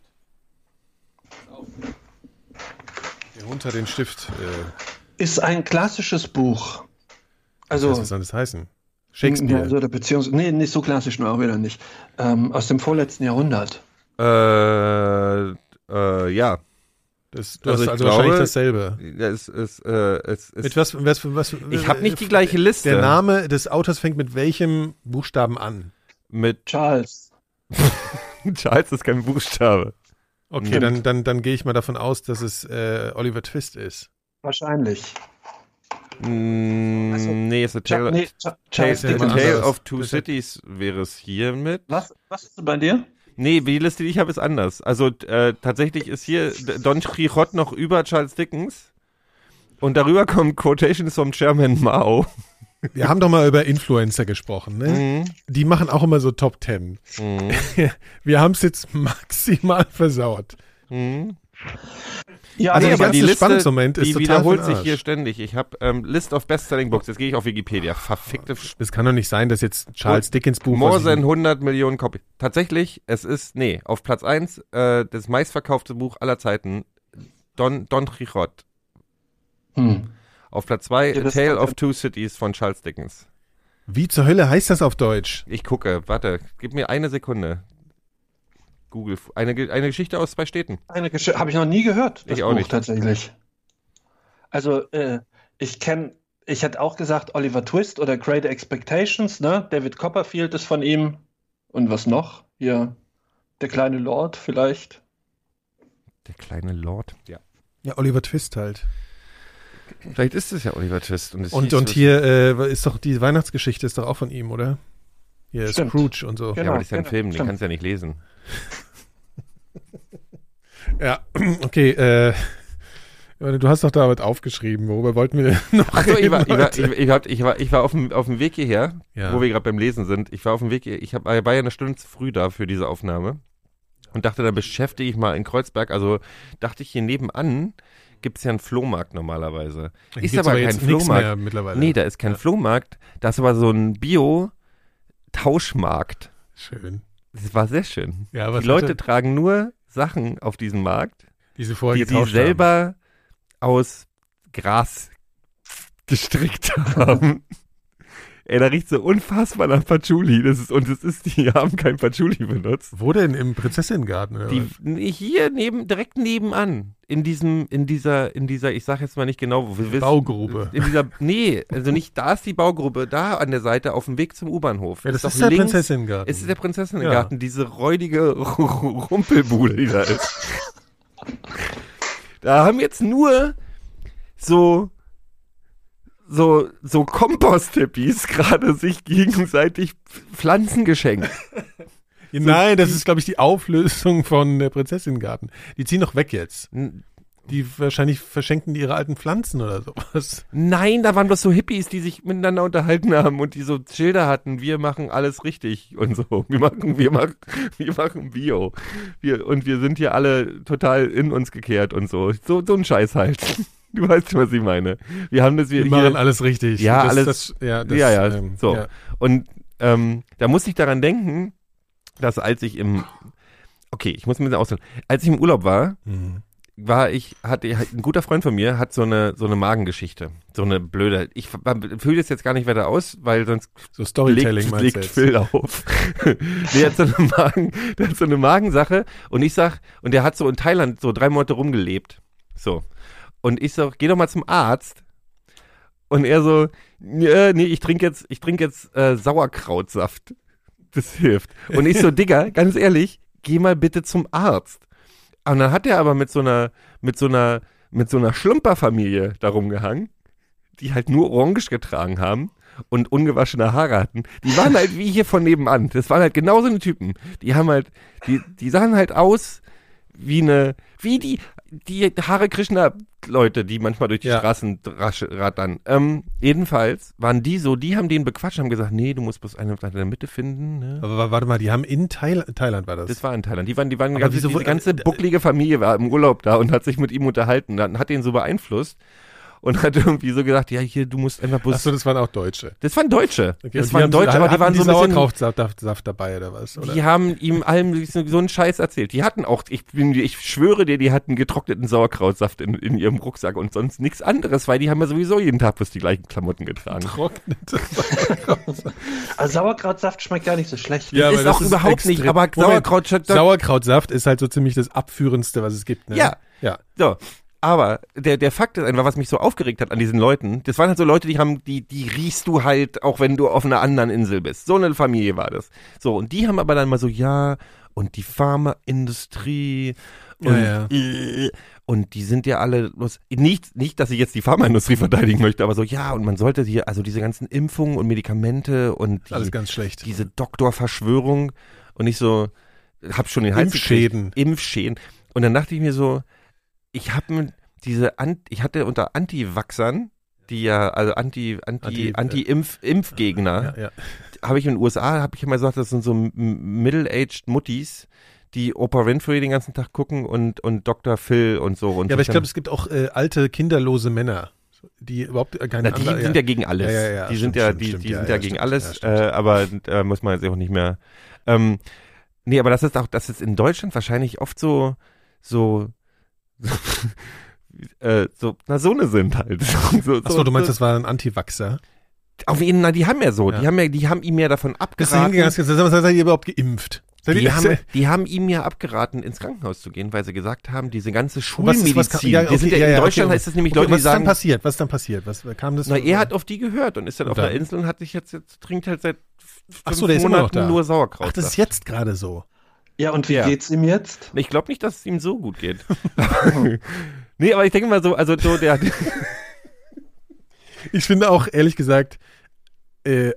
Der Hund hat den Stift. Ist ein klassisches Buch. Also, was soll das heißen? Shakespeare. Also, beziehungsweise, nicht so klassisch, nur auch wieder nicht. Aus dem vorletzten Jahrhundert. Ja. Du hast wahrscheinlich dasselbe. Es mit was? Ich habe nicht die gleiche Liste. Der Name des Autors fängt mit welchem Buchstaben an? Mit Charles. Charles ist kein Buchstabe. Okay, dann gehe ich mal davon aus, dass es Oliver Twist ist. Wahrscheinlich. Nee, es ist Tale of Two Cities wäre es hier mit. Was ist bei dir? Nee, die Liste, die ich habe, ist anders. Also tatsächlich ist hier Don Quixote noch über Charles Dickens und darüber kommen Quotations vom Chairman Mao. Wir haben doch mal über Influencer gesprochen, ne? Mhm. Die machen auch immer so Top 10. Mhm. Wir haben es jetzt maximal versaut. Mhm. Ja, also der ganze Spannungsmoment ist total wiederholt sich hier ständig. Ich habe List of Best-Selling Books. Jetzt gehe ich auf Wikipedia. Verfickte Das kann doch nicht sein, dass jetzt Charles Dickens Buch... More than 100 Millionen Copies. Tatsächlich, es ist, auf Platz 1 das meistverkaufte Buch aller Zeiten, Don Quixote. Auf Platz 2 A Tale of Two Cities von Charles Dickens. Wie zur Hölle heißt das auf Deutsch? Ich gucke, warte, gib mir eine Sekunde. Google. Eine Geschichte aus 2 Städten. Eine Geschichte habe ich noch nie gehört. Das ich auch Buch nicht. Tatsächlich. Also ich hätte auch gesagt Oliver Twist oder Great Expectations, ne? David Copperfield ist von ihm. Und was noch? Hier der kleine Lord vielleicht. Der kleine Lord? Ja. Ja, Oliver Twist halt. Vielleicht ist es ja Oliver Twist. Und hier ist doch die Weihnachtsgeschichte ist doch auch von ihm, oder? Hier ist Scrooge und so. Genau, ja, aber das ist ja ein Film, den kannst du ja nicht lesen. Ja, okay, du hast doch damit aufgeschrieben, worüber wollten wir denn noch reden? Ich war auf dem Weg hierher, wo wir gerade beim Lesen sind. Ich war auf dem Weg hier, war ja eine Stunde zu früh da für diese Aufnahme und dachte, da beschäftige ich mal in Kreuzberg, also dachte ich, hier nebenan gibt es ja einen Flohmarkt normalerweise. Ist aber kein Flohmarkt. Mittlerweile. Nee, da ist kein Flohmarkt, da ist aber so ein Bio-Tauschmarkt. Schön. Das war sehr schön. Ja, die Leute tragen nur Sachen auf diesem Markt, die sie vorher die selber aus Gras gestrickt haben. Ey, da riecht so unfassbar nach Patchouli. Die haben kein Patchouli benutzt. Wo denn? Im Prinzessinnengarten? Oder? Hier direkt nebenan. In dieser, ich sag jetzt mal nicht genau, wo wir wissen. Baugrube. Also nicht, da ist die Baugrube, da an der Seite auf dem Weg zum U-Bahnhof. Ja, das ist der Prinzessinnengarten. Es ist der Prinzessinnengarten, diese räudige Rumpelbude, die da ist. Da haben jetzt nur so Kompost-Hippies gerade sich gegenseitig Pflanzen geschenkt. Nein, das ist, glaube ich, die Auflösung von der Prinzessinnengarten. Die ziehen doch weg jetzt. Die wahrscheinlich verschenken die ihre alten Pflanzen oder sowas. Nein, da waren bloß so Hippies, die sich miteinander unterhalten haben und die so Schilder hatten, wir machen alles richtig und so. Wir machen Bio. Wir sind hier alle total in uns gekehrt und so. So ein Scheiß halt. Du weißt, was ich meine. Wir machen alles richtig. Ja, so. Ja. Und da muss ich daran denken, dass als ich im Urlaub war, hatte ein guter Freund von mir, hat so eine Magengeschichte. So eine blöde, ich fühle das jetzt gar nicht weiter aus, weil sonst so Storytelling legt Phil auf. Der hat so eine Magensache und der hat so in Thailand so 3 Monate rumgelebt. So. Und ich so, geh doch mal zum Arzt. Und er so, nee, ich trinke jetzt Sauerkrautsaft. Das hilft. Und ich so, Digga, ganz ehrlich, geh mal bitte zum Arzt. Und dann hat er aber mit so einer Schlumperfamilie da rumgehangen, die halt nur orange getragen haben und ungewaschene Haare hatten. Die waren halt wie hier von nebenan. Das waren halt genau so eine Typen. Die haben halt, die sahen halt aus wie die Hare Krishna Leute, die manchmal durch die Straßen rattern. Jedenfalls waren die so, die haben den bequatscht, haben gesagt, nee, du musst bloß eine in der Mitte finden. Ne? Aber warte mal, die haben in Thailand war das? Das war in Thailand. Die ganze bucklige Familie war im Urlaub da und hat sich mit ihm unterhalten. Dann hat ihn so beeinflusst und hat irgendwie so gesagt, ja, hier, du musst einfach bloß... Achso, das waren auch Deutsche? Das waren Deutsche. Okay, das waren Deutsche, aber die waren so ein bisschen... Sauerkrautsaft dabei oder was? Oder? Die haben ihm allem so einen Scheiß erzählt. Die hatten auch, ich schwöre dir, die hatten getrockneten Sauerkrautsaft in ihrem Rucksack und sonst nichts anderes, weil die haben ja sowieso jeden Tag bloß die gleichen Klamotten getragen. Getrocknete Sauerkrautsaft. Also Sauerkrautsaft schmeckt gar nicht so schlecht. Ja, ist auch überhaupt nicht, aber Sauerkrautsaft ist halt so ziemlich das Abführendste, was es gibt. Ne? Ja. So. Aber der Fakt ist einfach, was mich so aufgeregt hat an diesen Leuten, das waren halt so Leute, die riechst du halt, auch wenn du auf einer anderen Insel bist. So eine Familie war das. So, und die haben aber dann mal so, und die Pharmaindustrie und die sind ja alle, nicht, dass ich jetzt die Pharmaindustrie verteidigen möchte, aber so, und man sollte hier, also diese ganzen Impfungen und Medikamente und alles ganz schlecht. Diese Doktorverschwörung und ich so, hab schon den Hals Impfschäden. Und dann dachte ich mir so, ich hatte unter Anti-Vaxxern, die ja, also Anti-Impfgegner, habe ich in den USA, habe ich immer gesagt, das sind so middle-aged Muttis, die Oprah Winfrey den ganzen Tag gucken und Dr. Phil und so. Und ja, aber ich glaube, es gibt auch alte, kinderlose Männer, die überhaupt keine Die sind ja gegen alles. Die sind ja gegen alles, aber muss man jetzt auch nicht mehr. Nee, aber das ist in Deutschland wahrscheinlich oft so eine sind halt. Achso, du meinst, das war ein Anti-Vaxxer? Auf jeden Fall, die haben ja so, die haben ihm ja davon abgeraten. Was seid ihr überhaupt geimpft? Die haben ihm ja abgeraten, ins Krankenhaus zu gehen, weil sie gesagt haben, diese ganze Schulmedizin, in Deutschland heißt es nämlich Leute, die sagen... Was ist dann passiert? Was kam das? Er hat auf die gehört und ist dann auf der Insel und hat sich trinkt halt seit 5 Monaten nur Sauerkraut. Ach, das ist jetzt gerade so. Ja, und wie geht's ihm jetzt? Ich glaube nicht, dass es ihm so gut geht. Nee, aber ich denke mal so, der... Ich finde auch, ehrlich gesagt,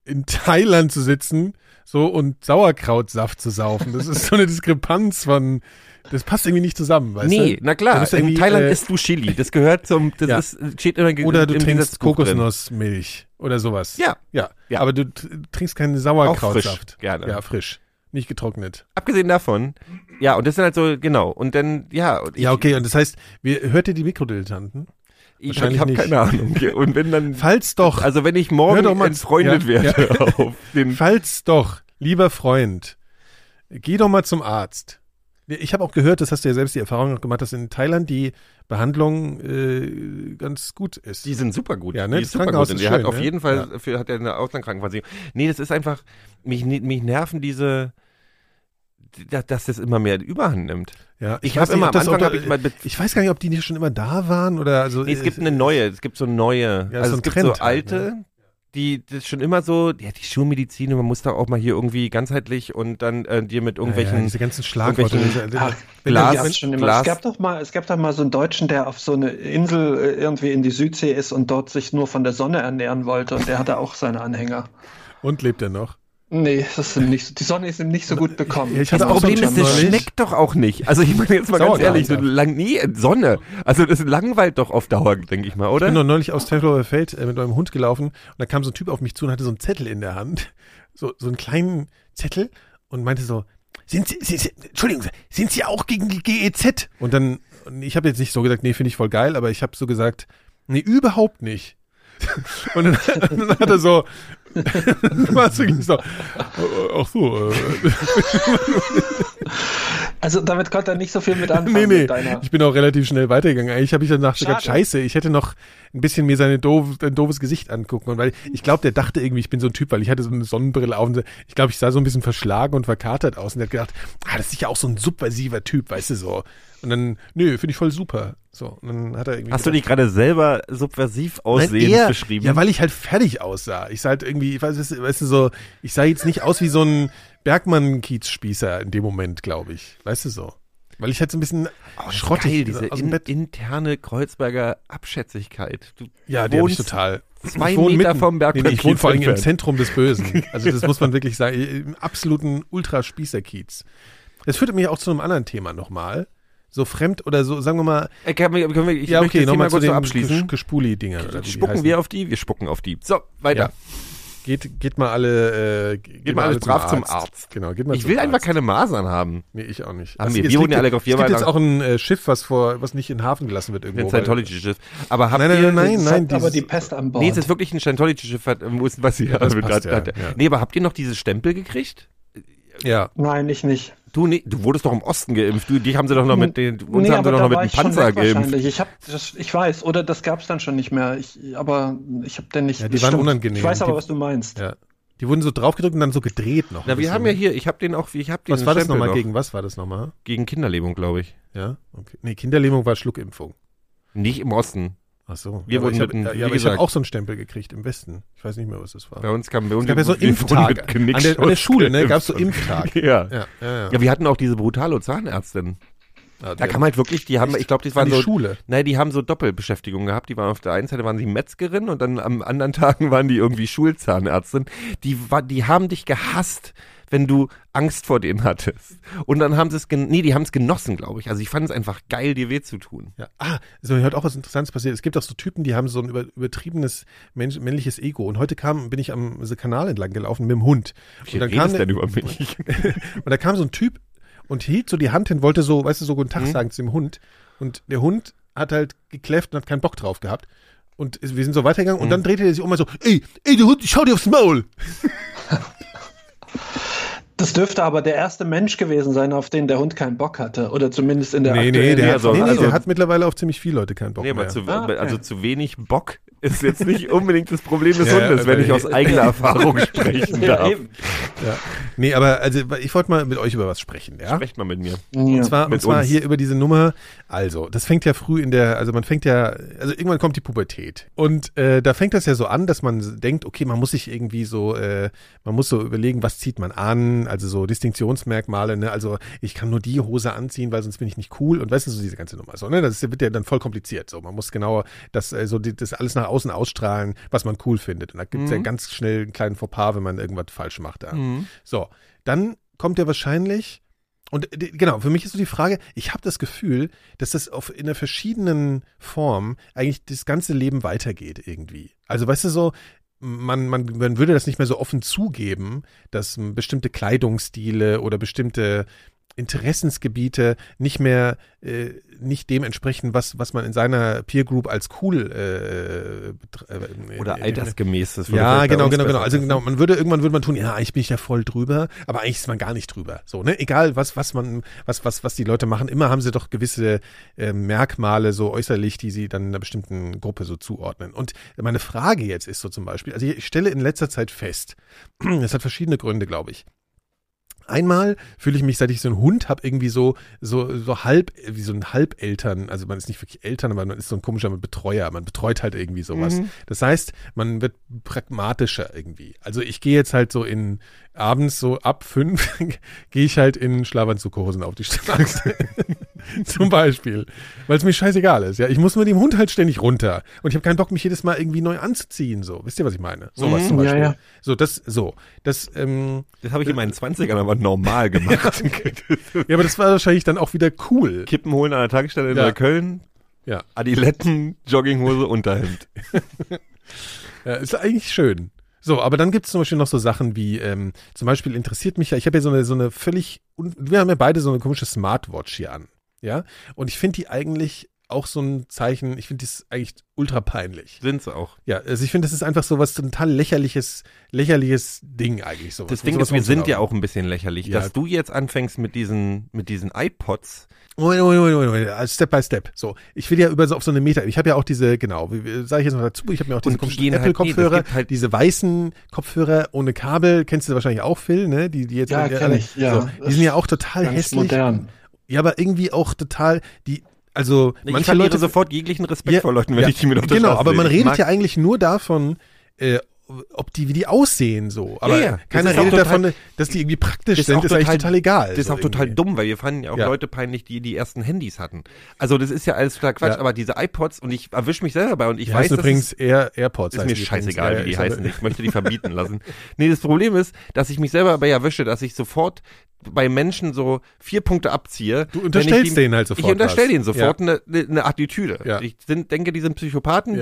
in Thailand zu sitzen so und Sauerkrautsaft zu saufen. Das ist so eine Diskrepanz von, das passt irgendwie nicht zusammen, weißt du? Nee, na klar, in Thailand isst du Chili. Das gehört zum, steht immer oder du trinkst Kokosnussmilch oder sowas. Ja. Aber du trinkst keinen Sauerkrautsaft. Frisch, gerne. Ja, frisch. Nicht getrocknet. Abgesehen davon, ja, und das sind halt so, genau, und dann, ja. Ja, okay, und das heißt, hört ihr die Mikrodilettanten? Ich habe keine Ahnung. Und wenn dann, falls doch. Also wenn ich morgen entfreundet werde auf den. Falls doch, lieber Freund, geh doch mal zum Arzt. Ich habe auch gehört, das hast du ja selbst die Erfahrung noch gemacht, dass in Thailand die Behandlung ganz gut ist. Die sind super gut. Ja, ne? Die ist super gut. Und der hat auf jeden Fall, hat er eine Auslandskrankenversicherung. Nee, das ist einfach, mich nerven diese, dass das immer mehr Überhand nimmt. Ja, ich weiß gar nicht, ob die nicht schon immer da waren oder also. Nee, es gibt eine neue, es gibt so neue, ja, also so es gibt Trend so alte, halt, ne? Die das schon immer so, ja, die Schulmedizin, man muss da auch mal hier irgendwie ganzheitlich und dann dir mit irgendwelchen diese ganzen Schlagworte. Es gab doch mal so einen Deutschen, der auf so eine Insel irgendwie in die Südsee ist und dort sich nur von der Sonne ernähren wollte und der hatte auch seine Anhänger. Und lebt er noch? Nee, das ist nicht, die Sonne ist ihm nicht so gut bekommen. Ja, das Problem ist, das schmeckt doch auch nicht. Also ich meine jetzt mal ganz ehrlich, Sonne. Also das langweilt doch auf Dauer, denke ich mal, oder? Ich bin noch neulich aus Tempelhofer Feld mit meinem Hund gelaufen und da kam so ein Typ auf mich zu und hatte so einen Zettel in der Hand. So einen kleinen Zettel und meinte so, Entschuldigung, sind Sie auch gegen die GEZ? Und dann, ich habe jetzt nicht so gesagt, nee, finde ich voll geil, aber ich habe so gesagt, nee, überhaupt nicht. Und dann hat er so, was ging so, ach so. Also damit konnte er nicht so viel mit anfangen. Nee, ich bin auch relativ schnell weitergegangen. Eigentlich habe ich danach gesagt, scheiße, ich hätte noch ein bisschen mir sein doofes Gesicht angucken. Und weil ich glaube, der dachte irgendwie, ich bin so ein Typ, weil ich hatte so eine Sonnenbrille auf und ich glaube, ich sah so ein bisschen verschlagen und verkatert aus. Und der hat gedacht, das ist sicher auch so ein subversiver Typ, weißt du so. Und dann, finde ich voll super. So, und dann hat er irgendwie. Hast du dich gerade selber subversiv aussehend beschrieben? Ja, weil ich halt fertig aussah. Ich sah halt irgendwie, weißt du so, ich sah jetzt nicht aus wie so ein Bergmann-Kiezspießer in dem Moment, glaube ich. Weißt du so. Weil ich halt so ein bisschen schrottig, diese interne Kreuzberger Abschätzigkeit. Die habe ich total. 2 Meter vom Bergmann. Ich wohne vor allem im Zentrum des Bösen. Also das muss man wirklich sagen, im absoluten Ultraspießer-Kiez. Das führt mich auch zu einem anderen Thema nochmal. So fremd oder so, sagen wir mal. Ich möchte das Thema kurz so abschließen. Gespuli-Dinger. Spucken wir auf die? Wir spucken auf die. So, weiter. Ja. Geht mal alle brav zum Arzt. Genau, geht mal ich will einfach keine Masern haben. Nee, ich auch nicht. Wir wurden ja alle auf Es gibt jetzt auch ein Schiff, was nicht in den Hafen gelassen wird irgendwo. Ein Scientology-Schiff. Aber nein. Aber die Pest an Bord. Nee, es ist wirklich ein Scientology-Schiff, was sie gerade. Nee, aber habt ihr noch diese Stempel gekriegt? Ja. Nein, ich nicht. Du wurdest doch im Osten geimpft. Die haben sie doch noch mit dem Panzer geimpft. Ich weiß, oder das gab es dann schon nicht mehr. Aber ich habe den nicht. Ja, die waren unangenehm. Ich weiß aber, was du meinst. Ja. Die wurden so draufgedrückt und dann so gedreht noch. Na, wir haben ja hier, was war das nochmal? Gegen was war das nochmal? Gegen Kinderlähmung, glaube ich. Ja, okay. Nee, Kinderlähmung war Schluckimpfung. Nicht im Osten. Ach so. Ich habe auch so einen Stempel gekriegt im Westen. Ich weiß nicht mehr, was das war. Bei uns gab ja so Impftag. An der Schule, ne, gab es so Impftag. Ja, wir hatten auch diese brutale Zahnärztin. Da kam halt wirklich, die haben, ich glaube, das waren so. Schule. Nein, die haben so Doppelbeschäftigungen gehabt. Die waren auf der einen Seite waren sie Metzgerin und dann am anderen Tagen waren die irgendwie Schulzahnärztin. Die haben dich gehasst, wenn du Angst vor denen hattest. Und dann haben sie es, die haben es genossen, glaube ich. Also ich fand es einfach geil, dir weh zu tun. Ja. Ist mir heute auch was Interessantes passiert. Es gibt auch so Typen, die haben so ein übertriebenes männliches Ego. Und heute bin ich am Kanal entlang gelaufen mit dem Hund. Wie redest denn über mich? Und da kam so ein Typ und hielt so die Hand hin, wollte so, weißt du, so guten Tag sagen zu dem Hund. Und der Hund hat halt gekläfft und hat keinen Bock drauf gehabt. Und wir sind so weitergegangen und dann drehte er sich um und so, ey, du Hund, schau dir aufs Maul. Das dürfte aber der erste Mensch gewesen sein, auf den der Hund keinen Bock hatte. Oder zumindest in der aktuellen der hat mittlerweile auf ziemlich viele Leute keinen Bock mehr. Aber also zu wenig Bock ist jetzt nicht unbedingt das Problem des Hundes, wenn ich aus eigener Erfahrung sprechen darf. Ja. Nee, aber also ich wollte mal mit euch über was sprechen, ja? Sprecht mal mit mir. Und zwar hier über diese Nummer, also, das fängt ja früh also irgendwann kommt die Pubertät. Und da fängt das ja so an, dass man denkt, okay, man muss sich irgendwie so, man muss so überlegen, was zieht man an, also so Distinktionsmerkmale, ne? Also ich kann nur die Hose anziehen, weil sonst bin ich nicht cool und weißt du, so diese ganze Nummer, so, ne? Das wird ja dann voll kompliziert, so. Man muss genau das alles nach außen ausstrahlen, was man cool findet. Und da gibt's ja ganz schnell einen kleinen Fauxpas, wenn man irgendwas falsch macht da. So, dann kommt ja wahrscheinlich, und genau, für mich ist so die Frage, ich habe das Gefühl, dass das in einer verschiedenen Form eigentlich das ganze Leben weitergeht irgendwie. Also weißt du so, man würde das nicht mehr so offen zugeben, dass bestimmte Kleidungsstile oder bestimmte Interessensgebiete nicht dem entsprechen, was man in seiner Peer Group als cool oder altersgemäß. Das ja, genau. Also genau, irgendwann würde man tun, ja, eigentlich bin ich ja voll drüber, aber eigentlich ist man gar nicht drüber. So, ne? Egal, was die Leute machen, immer haben sie doch gewisse Merkmale so äußerlich, die sie dann einer bestimmten Gruppe so zuordnen. Und meine Frage jetzt ist so zum Beispiel, also ich stelle in letzter Zeit fest, das hat verschiedene Gründe, glaube ich. Einmal fühle ich mich, seit ich so einen Hund habe, irgendwie so halb, wie so ein Halbeltern, also man ist nicht wirklich Eltern, aber man ist so ein komischer Betreuer, man betreut halt irgendwie sowas. Das heißt, man wird pragmatischer irgendwie. Also ich gehe jetzt halt so abends so ab 5 gehe ich halt in Schlafanzughosen auf die Straße. Zum Beispiel. Weil es mir scheißegal ist. Ja, ich muss mit dem Hund halt ständig runter. Und ich habe keinen Bock, mich jedes Mal irgendwie neu anzuziehen. So, wisst ihr, was ich meine? Sowas zum Beispiel. Ja. Das habe ich in meinen 20ern aber normal gemacht. Ja, aber das war wahrscheinlich dann auch wieder cool. Kippen holen an der Tankstelle in Neukölln. Ja. Adiletten, Jogginghose, Unterhemd. Ja, ist eigentlich schön. So, aber dann gibt es zum Beispiel noch so Sachen wie, zum Beispiel interessiert mich ja, ich habe ja so eine völlig, wir haben ja beide so eine komische Smartwatch hier an, ja, und ich finde die eigentlich auch so ein Zeichen, ich finde das eigentlich ultra peinlich. Sind sie auch. Ja, also ich finde, das ist einfach so was total lächerliches Ding eigentlich. Sowas. Das Ding ist, wir sind ja auch ein bisschen lächerlich, dass du jetzt anfängst mit diesen iPods. Moment, Step by Step. So, ich will ja auf so eine Meta, ich habe ja auch diese, genau, sage ich jetzt noch dazu, ich habe mir auch diese komischen Apple-Kopfhörer, diese weißen Kopfhörer ohne Kabel, kennst du wahrscheinlich auch, Phil, ne? Die jetzt kenn ich, ja. So, die sind ja auch total hässlich. Modern. Ja, aber irgendwie auch total, also ich verliere sofort jeglichen Respekt vor Leuten, wenn ich die mir auf der Straße aber man redet ja eigentlich nur davon, wie die aussehen so. Aber keiner redet davon, dass die irgendwie praktisch sind, ist eigentlich total egal. Das ist auch total dumm, weil wir fanden ja auch Leute peinlich, die ersten Handys hatten. Also das ist ja alles total Quatsch, aber diese iPods, und ich erwische mich selber bei, und ich weiß, das übrigens AirPods. Ist mir scheißegal, wie die heißen. Ich möchte die verbieten lassen. Nee, das Problem ist, dass ich mich selber dabei erwische, dass ich sofort bei Menschen so 4 Punkte abziehe. Du unterstellst denen halt sofort. Ich unterstelle denen sofort eine Attitüde. Ja. Ich denke, die sind Psychopathen,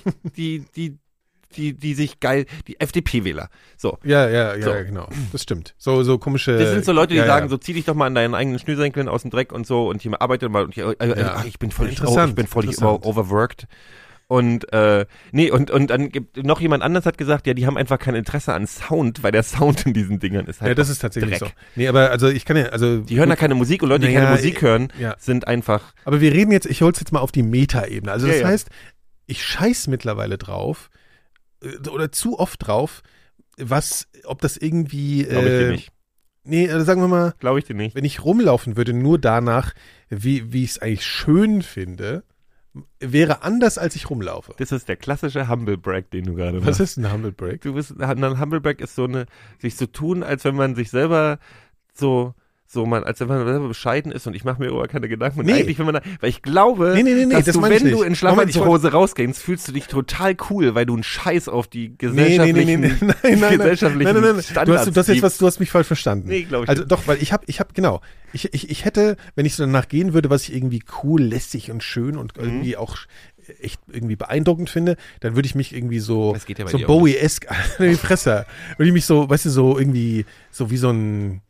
die sich geil, die FDP-Wähler. So. Ja, genau. Das stimmt. So komische. Das sind so Leute, die sagen, so zieh dich doch mal an deinen eigenen Schnürsenkeln aus dem Dreck und so, und hier arbeite mal, und ich bin völlig overworked. Und und dann gibt noch jemand anders hat gesagt, ja, die haben einfach kein Interesse an Sound, weil der Sound in diesen Dingern ist halt ja, das ist tatsächlich Dreck. So. Nee, aber also ich kann ja, die hören ja keine Musik, und Leute, die keine Musik hören, sind einfach. Aber wir reden jetzt, ich hol's jetzt mal auf die Meta-Ebene. Also das heißt, ich scheiß mittlerweile drauf, oder zu oft drauf, ob das irgendwie. Glaube ich dir nicht. Nee, sagen wir mal. Glaube ich dir nicht. Wenn ich rumlaufen würde, nur danach, wie ich es eigentlich schön finde, wäre anders, als ich rumlaufe. Das ist der klassische Humble Brag, den du gerade machst. Was ist ein Humble Brag? Ein Humble Brag ist sich so tun, als wenn man sich selber als wenn man selber bescheiden ist, und ich mache mir aber keine Gedanken. Und eigentlich, wenn man weil ich glaube, dass du, wenn du in Schlafanzughose rausgehst, fühlst du dich total cool, weil du einen Scheiß auf die gesellschaftlichen Standards du hast mich falsch verstanden. Nee, glaube ich also nicht. Doch, weil ich hätte, wenn ich so danach gehen würde, was ich irgendwie cool, lässig und schön und irgendwie auch echt irgendwie beeindruckend finde, dann würde ich mich irgendwie so Bowie-esque in die Fresse, würde ich mich so, weißt du, so irgendwie, so wie so ein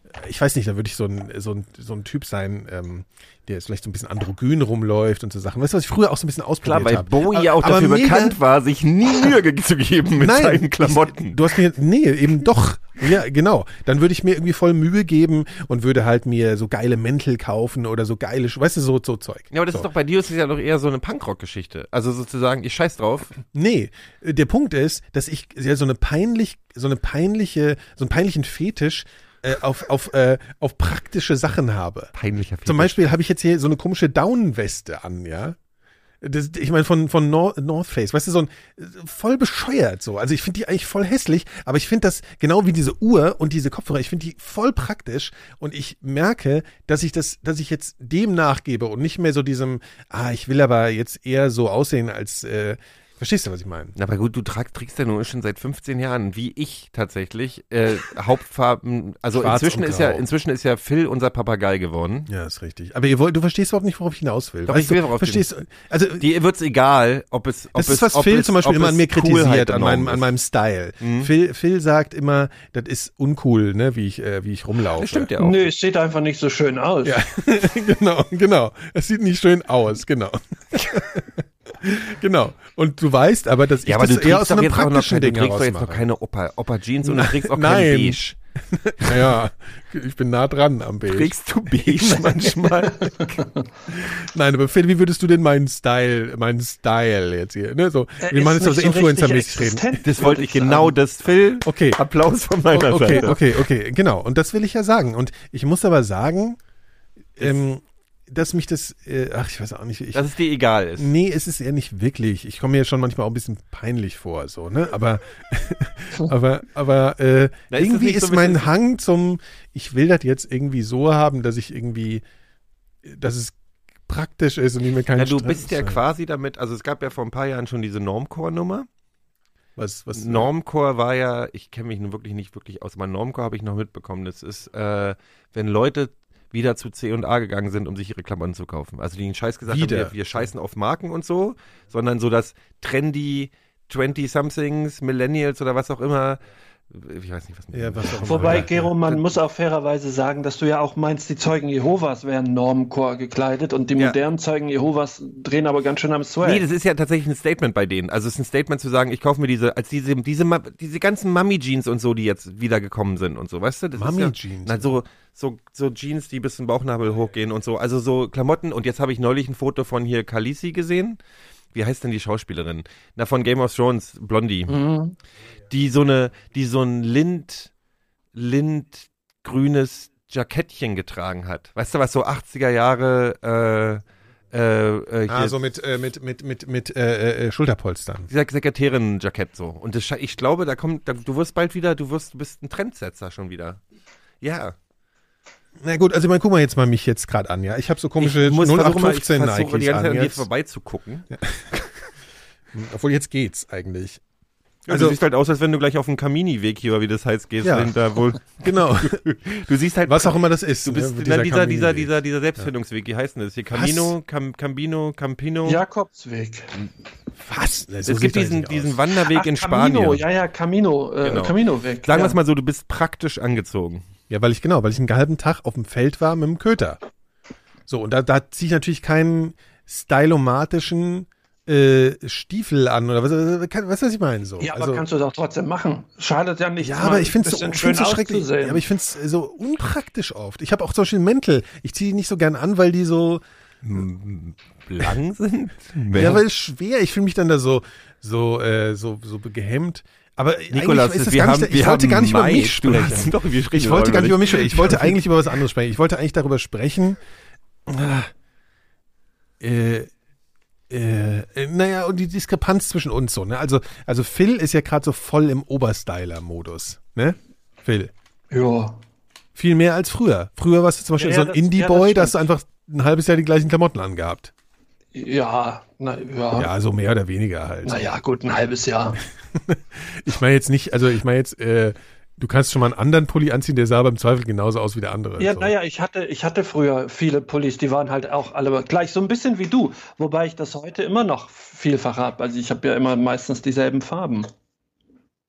ich weiß nicht, da würde ich so ein Typ sein, der jetzt vielleicht so ein bisschen androgyn rumläuft und so Sachen. Weißt du, was ich früher auch so ein bisschen ausprobiert habe? Klar, weil Bowie auch dafür bekannt war, sich nie Mühe zu geben mit seinen Klamotten. Eben doch. Ja, genau. Dann würde ich mir irgendwie voll Mühe geben und würde halt mir so geile Mäntel kaufen oder so geile, weißt du, so Zeug. Ja, aber das ist doch bei dir, ist ja doch eher so eine Punkrock-Geschichte. Also sozusagen, ich scheiß drauf. Nee, der Punkt ist, dass ich ja so einen peinlichen Fetisch auf praktische Sachen habe. Peinlicher Fetisch. Zum Beispiel habe ich jetzt hier so eine komische Daunenweste an, ja. Ich meine von North Face, weißt du, so ein voll bescheuert so. Also ich finde die eigentlich voll hässlich, aber ich finde das genau wie diese Uhr und diese Kopfhörer, ich finde die voll praktisch und ich merke, dass ich jetzt dem nachgebe und nicht mehr so diesem, ich will aber jetzt eher so aussehen als verstehst du, was ich meine? Aber gut, du trägst ja nur schon seit 15 Jahren, wie ich tatsächlich, Hauptfarben, also inzwischen ist ja Phil unser Papagei geworden. Ja, ist richtig. Aber du verstehst überhaupt nicht, worauf ich hinaus will. Doch, ich will, worauf verstehst du? Also, dir wird's egal, das ist, was Phil zum Beispiel immer an mir kritisiert, an meinem Style. Mhm. Phil sagt immer, das ist uncool, ne, wie ich rumlaufe. Das stimmt ja auch. Nö, es sieht einfach nicht so schön aus. Ja, genau. Es sieht nicht schön aus, genau. Genau. Und du weißt aber, dass ich das eher aus einem praktischen Ding heraus mache. Du trägst doch jetzt noch keine Opa-Jeans und du trägst auch kein Beige. Naja, ich bin nah dran am Beige. Trägst du Beige manchmal? Nein, aber Phil, wie würdest du denn meinen Style jetzt hier, ne, so, wir machen jetzt so Influencer-mäßig reden. Das wollte ich genau, das, Phil. Okay. Applaus von meiner Seite. Okay, genau. Und das will ich ja sagen. Und ich muss aber sagen, dass mich das, ich weiß auch nicht. Dass es dir egal ist. Nee, es ist ja nicht wirklich. Ich komme mir schon manchmal auch ein bisschen peinlich vor, so, ne? Aber irgendwie ist mein Hang ich will das jetzt irgendwie so haben, dass es praktisch ist und ich mir keinen Stress. Du bist ja quasi damit, also es gab ja vor ein paar Jahren schon diese Normcore-Nummer. Was? Normcore war ja, ich kenne mich nun wirklich nicht wirklich aus, aber Normcore habe ich noch mitbekommen. Das ist, wenn Leute wieder zu C&A gegangen sind, um sich ihre Klamotten zu kaufen. Also die den Scheiß gesagt haben, wir scheißen auf Marken und so, sondern so das trendy 20-somethings, Millennials oder was auch immer. Ich weiß nicht, was man Wobei, Gero, man muss auch fairerweise sagen, dass du ja auch meinst, die Zeugen Jehovas wären Normcore gekleidet und die modernen Zeugen Jehovas drehen aber ganz schön am Swag. Nee, das ist ja tatsächlich ein Statement bei denen. Also es ist ein Statement zu sagen, ich kaufe mir diese ganzen Mummy-Jeans und so, die jetzt wieder gekommen sind und so, weißt du? Mummy-Jeans? Ja, so Jeans, die bis zum Bauchnabel hochgehen und so. Also so Klamotten. Und jetzt habe ich neulich ein Foto von hier Khaleesi gesehen. Wie heißt denn die Schauspielerin? Na, von Game of Thrones, Blondie. Mhm. Die so ein lindgrünes Jackettchen getragen hat. Weißt du, was so 80er Jahre so mit Schulterpolstern. Dieser Sekretärin-Jackett so. Und ich glaube, du wirst bald wieder, du bist ein Trendsetzer schon wieder. Ja. Na gut, also guck mal jetzt mal mich jetzt gerade an, ja. Ich habe so komische 0815 Nikes die ganze Zeit an dir vorbei zu gucken. Ja. Obwohl jetzt geht's eigentlich. Ja, also, du siehst halt aus, als wenn du gleich auf dem Camini-Weg hier, oder wie das heißt, gehst. Ja, genau. Du siehst halt... Was auch immer das ist. Du bist dieser Selbstfindungsweg, wie heißt denn das hier? Camino, Campino? Jakobsweg. Was? Es gibt diesen Wanderweg in Spanien. Camino, genau. Camino-Weg. Sagen wir es mal so, du bist praktisch angezogen. Ja, weil ich einen halben Tag auf dem Feld war mit dem Köter. So, und da ziehe ich natürlich keinen stylomatischen Stiefel an oder was ich meine so. Ja, aber kannst du doch trotzdem machen. Schadet ja nicht. Ja, aber ich finde es so schrecklich. Ja, aber ich finde es so unpraktisch oft. Ich habe auch zum Beispiel Mäntel. Ich ziehe die nicht so gern an, weil die so lang sind. Ja, weil es schwer. Ich fühle mich dann da so gehemmt. Aber Nikolas, ist das ich wollte gar nicht über mich sprechen. Ich wollte gar nicht über mich sprechen. Ich wollte eigentlich über was anderes sprechen. Ich wollte eigentlich darüber sprechen. Naja, und die Diskrepanz zwischen uns so, ne? Also Phil ist ja gerade so voll im Oberstyler-Modus, ne? Phil. Ja. Viel mehr als früher. Früher warst du zum Beispiel so ein Indie-Boy, da hast du einfach ein halbes Jahr die gleichen Klamotten angehabt. Ja. Ja, so mehr oder weniger halt. Naja, gut, ein halbes Jahr. Ich meine jetzt nicht, du kannst schon mal einen anderen Pulli anziehen, der sah aber im Zweifel genauso aus wie der andere. Ja, so. Naja, ich hatte früher viele Pullis, die waren halt auch alle gleich, so ein bisschen wie du, wobei ich das heute immer noch vielfach habe. Also ich habe ja immer meistens dieselben Farben.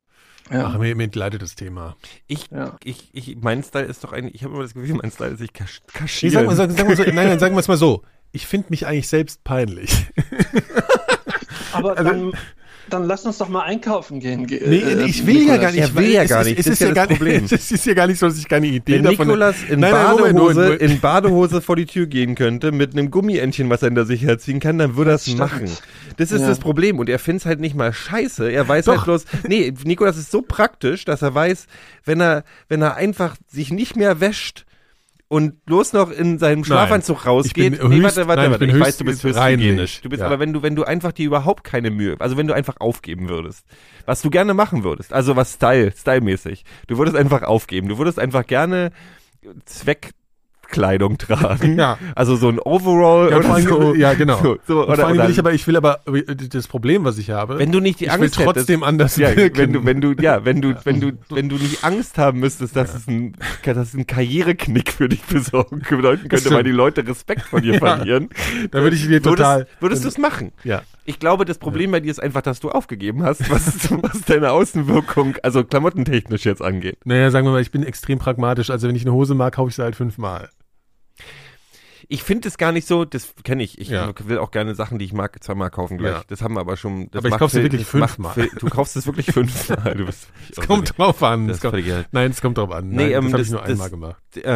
Ja. Ach, mir entgleitet das Thema. Mein Style ist doch eigentlich, ich habe immer das Gefühl, mein Style ist sich kaschieren. Sagen wir es mal so. Ich finde mich eigentlich selbst peinlich. Aber dann lass uns doch mal einkaufen gehen. Ich will ja gar nicht. Er will ja gar nicht. Das ist ja das Problem. Es ist ja gar nicht so, dass ich keine Idee davon habe. Wenn Nikolas in Badehose vor die Tür gehen könnte, mit einem Gummientchen, was er hinter sich herziehen kann, dann würde er es machen. Das ist das Problem. Und er findet es halt nicht mal scheiße. Er weiß halt bloß, Nikolas ist so praktisch, dass er weiß, wenn er einfach sich nicht mehr wäscht, und bloß noch in seinem Schlafanzug rausgeht. Warte. Ich weiß, du bist höchst hygienisch. Aber wenn du einfach dir überhaupt keine Mühe, also wenn du einfach aufgeben würdest, was du gerne machen würdest, also was stylmäßig, du würdest einfach aufgeben. Du würdest einfach gerne Zweckkleidung tragen. Ja. Also so ein Overall oder so. Ja, genau. So, vor allem ich will aber das Problem, was ich habe. Wenn du nicht die Angst will trotzdem anders wirken. Wenn du nicht Angst haben müsstest, dass es ein Karriereknick für dich bedeuten könnte, weil die Leute Respekt vor dir verlieren. Da würde ich dir total. Würdest du es machen? Ja. Ich glaube, das Problem bei dir ist einfach, dass du aufgegeben hast, was deine Außenwirkung, also klamottentechnisch jetzt angeht. Naja, sagen wir mal, ich bin extrem pragmatisch. Also wenn ich eine Hose mag, kaufe ich sie halt 5-mal. Ich finde es gar nicht so, das kenne ich. Ich will auch gerne Sachen, die ich mag, 2-mal kaufen gleich. Ja. Das haben wir aber schon. Aber ich kaufe sie wirklich 5-mal. Du kaufst es wirklich 5-mal. Es kommt drauf an. Es kommt drauf an. Nein, das habe ich nur einmal gemacht.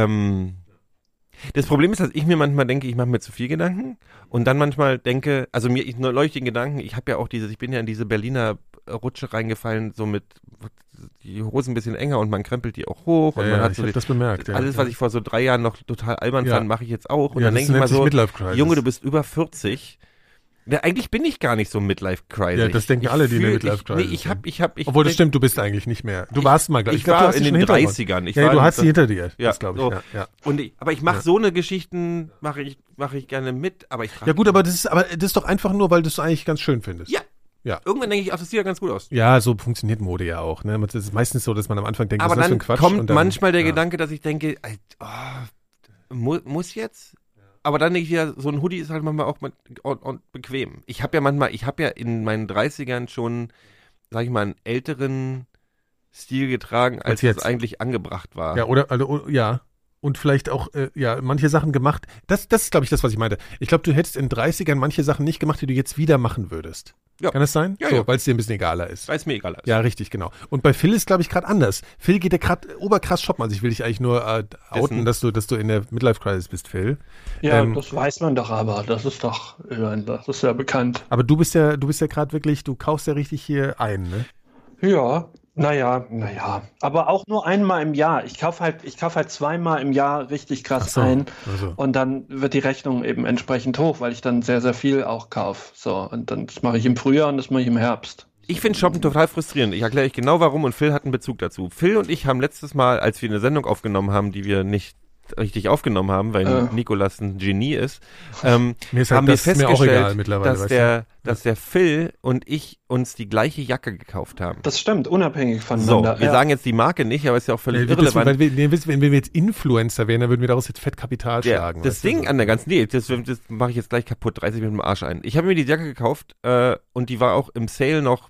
Das Problem ist, dass ich mir manchmal denke, ich mache mir zu viel Gedanken und dann manchmal denke, also ich leuchte den Gedanken, ich bin ja in diese Berliner Rutsche reingefallen, so mit die Hosen ein bisschen enger und man krempelt die auch hoch und man hat so das bemerkt. Alles, was ich vor so 3 Jahren noch total albern fand, mache ich jetzt auch und dann denke ich mal so, Junge, du bist über 40. Ja, eigentlich bin ich gar nicht so Midlife-Crisis. Ja, das denken alle, die eine Midlife-Crisis sind. Obwohl, das stimmt, du bist eigentlich nicht mehr. Du warst mal gleich. Ich war in den 30ern. Du hast sie hinter dir, das glaube ich. So. Ja. Aber ich mache so eine Geschichten, mache ich gerne mit, aber ich frage. Ja gut, aber das ist doch einfach nur, weil du es eigentlich ganz schön findest. Ja. Irgendwann denke ich, das sieht ja ganz gut aus. Ja, so funktioniert Mode ja auch. Ne? Es ist meistens so, dass man am Anfang denkt, aber was ist das für ein Quatsch. Aber dann kommt manchmal der Gedanke, dass ich denke, muss jetzt? Aber dann denke ich ja, so ein Hoodie ist halt manchmal auch bequem. Ich habe ja in meinen 30ern schon, sag ich mal, einen älteren Stil getragen, als es eigentlich angebracht war. Ja, und vielleicht auch, manche Sachen gemacht. Das ist, glaube ich, das, was ich meinte. Ich glaube, du hättest in 30ern manche Sachen nicht gemacht, die du jetzt wieder machen würdest. Ja. Kann das sein? Ja. Weil es dir ein bisschen egaler ist. Weil es mir egaler ist. Ja, richtig, genau. Und bei Phil ist, glaube ich, gerade anders. Phil geht ja gerade oberkrass shoppen. Also ich will dich eigentlich nur outen, dass du in der Midlife-Crisis bist, Phil. Ja, das weiß man doch aber. Das ist ja bekannt. Aber du bist ja gerade wirklich, du kaufst ja richtig hier ein, ne? Ja. Naja. Aber auch nur einmal im Jahr. Ich kaufe halt 2-mal im Jahr richtig krass ein. Und dann wird die Rechnung eben entsprechend hoch, weil ich dann sehr, sehr viel auch kaufe. So, und dann das mache ich im Frühjahr und das mache ich im Herbst. Ich finde Shoppen total frustrierend. Ich erkläre euch genau warum und Phil hat einen Bezug dazu. Phil und ich haben letztes Mal, als wir eine Sendung aufgenommen haben, die wir nicht richtig aufgenommen haben, weil Nikolas ein Genie ist, haben wir festgestellt, dass der Phil und ich uns die gleiche Jacke gekauft haben. Das stimmt, unabhängig voneinander. So, wir sagen jetzt die Marke nicht, aber ist ja auch völlig irrelevant. Wenn wir jetzt Influencer wären, dann würden wir daraus jetzt Fettkapital schlagen. Das Ding an der ganzen, das mache ich jetzt gleich kaputt, 30 mit dem Arsch ein. Ich habe mir die Jacke gekauft und die war auch im Sale noch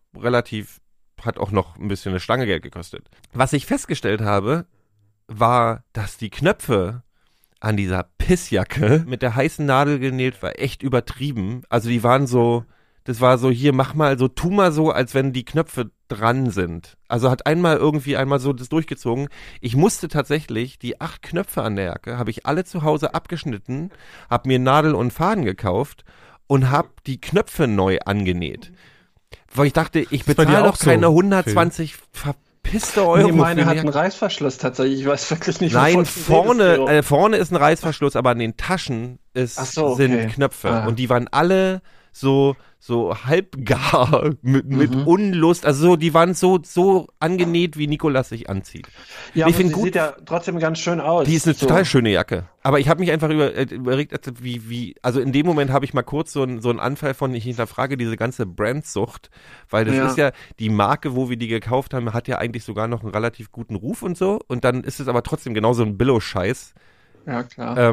hat auch noch ein bisschen eine Stange Geld gekostet. Was ich festgestellt habe, war, dass die Knöpfe an dieser Pissjacke mit der heißen Nadel genäht war echt übertrieben. Also die waren so, das war so, hier tu mal so, als wenn die Knöpfe dran sind. Also hat einmal so das durchgezogen. Ich musste tatsächlich die 8 Knöpfe an der Jacke, habe ich alle zu Hause abgeschnitten, habe mir Nadel und Faden gekauft und habe die Knöpfe neu angenäht. Weil ich dachte, ich bezahle doch keine 120 verpisste Euro. Nee, meine hat einen Reißverschluss tatsächlich. Ich weiß wirklich nicht, nein, vorne ist ein Reißverschluss, aber an den Taschen sind Knöpfe. Und die waren alle so halbgar mit Unlust. Also die waren so angenäht, wie Nikolas sich anzieht. Ja, ich finde sieht ja trotzdem ganz schön aus. Die ist eine total schöne Jacke. Aber ich habe mich einfach überlegt, also in dem Moment habe ich mal kurz so einen Anfall von, ich hinterfrage diese ganze Brandsucht, weil das ist ja, die Marke, wo wir die gekauft haben, hat ja eigentlich sogar noch einen relativ guten Ruf und so. Und dann ist es aber trotzdem genauso ein Billo-Scheiß. Ja, klar.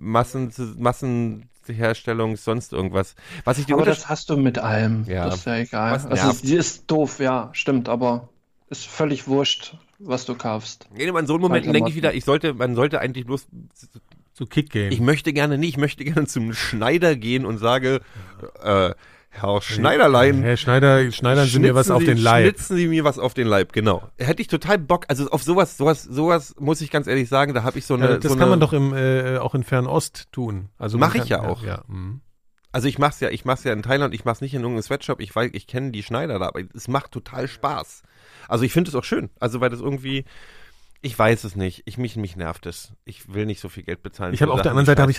Massenherstellung, sonst irgendwas. Aber das hast du mit allem. Ja. Das ist ja egal. Die ist doof, ja, stimmt, aber ist völlig wurscht, was du kaufst. In so einem Moment denke ich wieder, man sollte eigentlich bloß zu Kick gehen. Ich möchte gerne zum Schneider gehen und sage, Herr Schneiderlein. Herr Schneider, schneidern Sie mir was auf den Leib. Schnitzen Sie mir was auf den Leib, genau. Hätte ich total Bock, also auf sowas muss ich ganz ehrlich sagen, da habe ich so eine... Das kann man doch auch in Fernost tun. Also mache ich ja auch. Ja. Also ich mach's ja in Thailand, ich mach's nicht in irgendeinem Sweatshop, ich kenne die Schneider da, aber es macht total Spaß. Also ich finde es auch schön, also weil das irgendwie... Ich weiß es nicht. Mich nervt es. Ich will nicht so viel Geld bezahlen. Ich habe auf der anderen Seite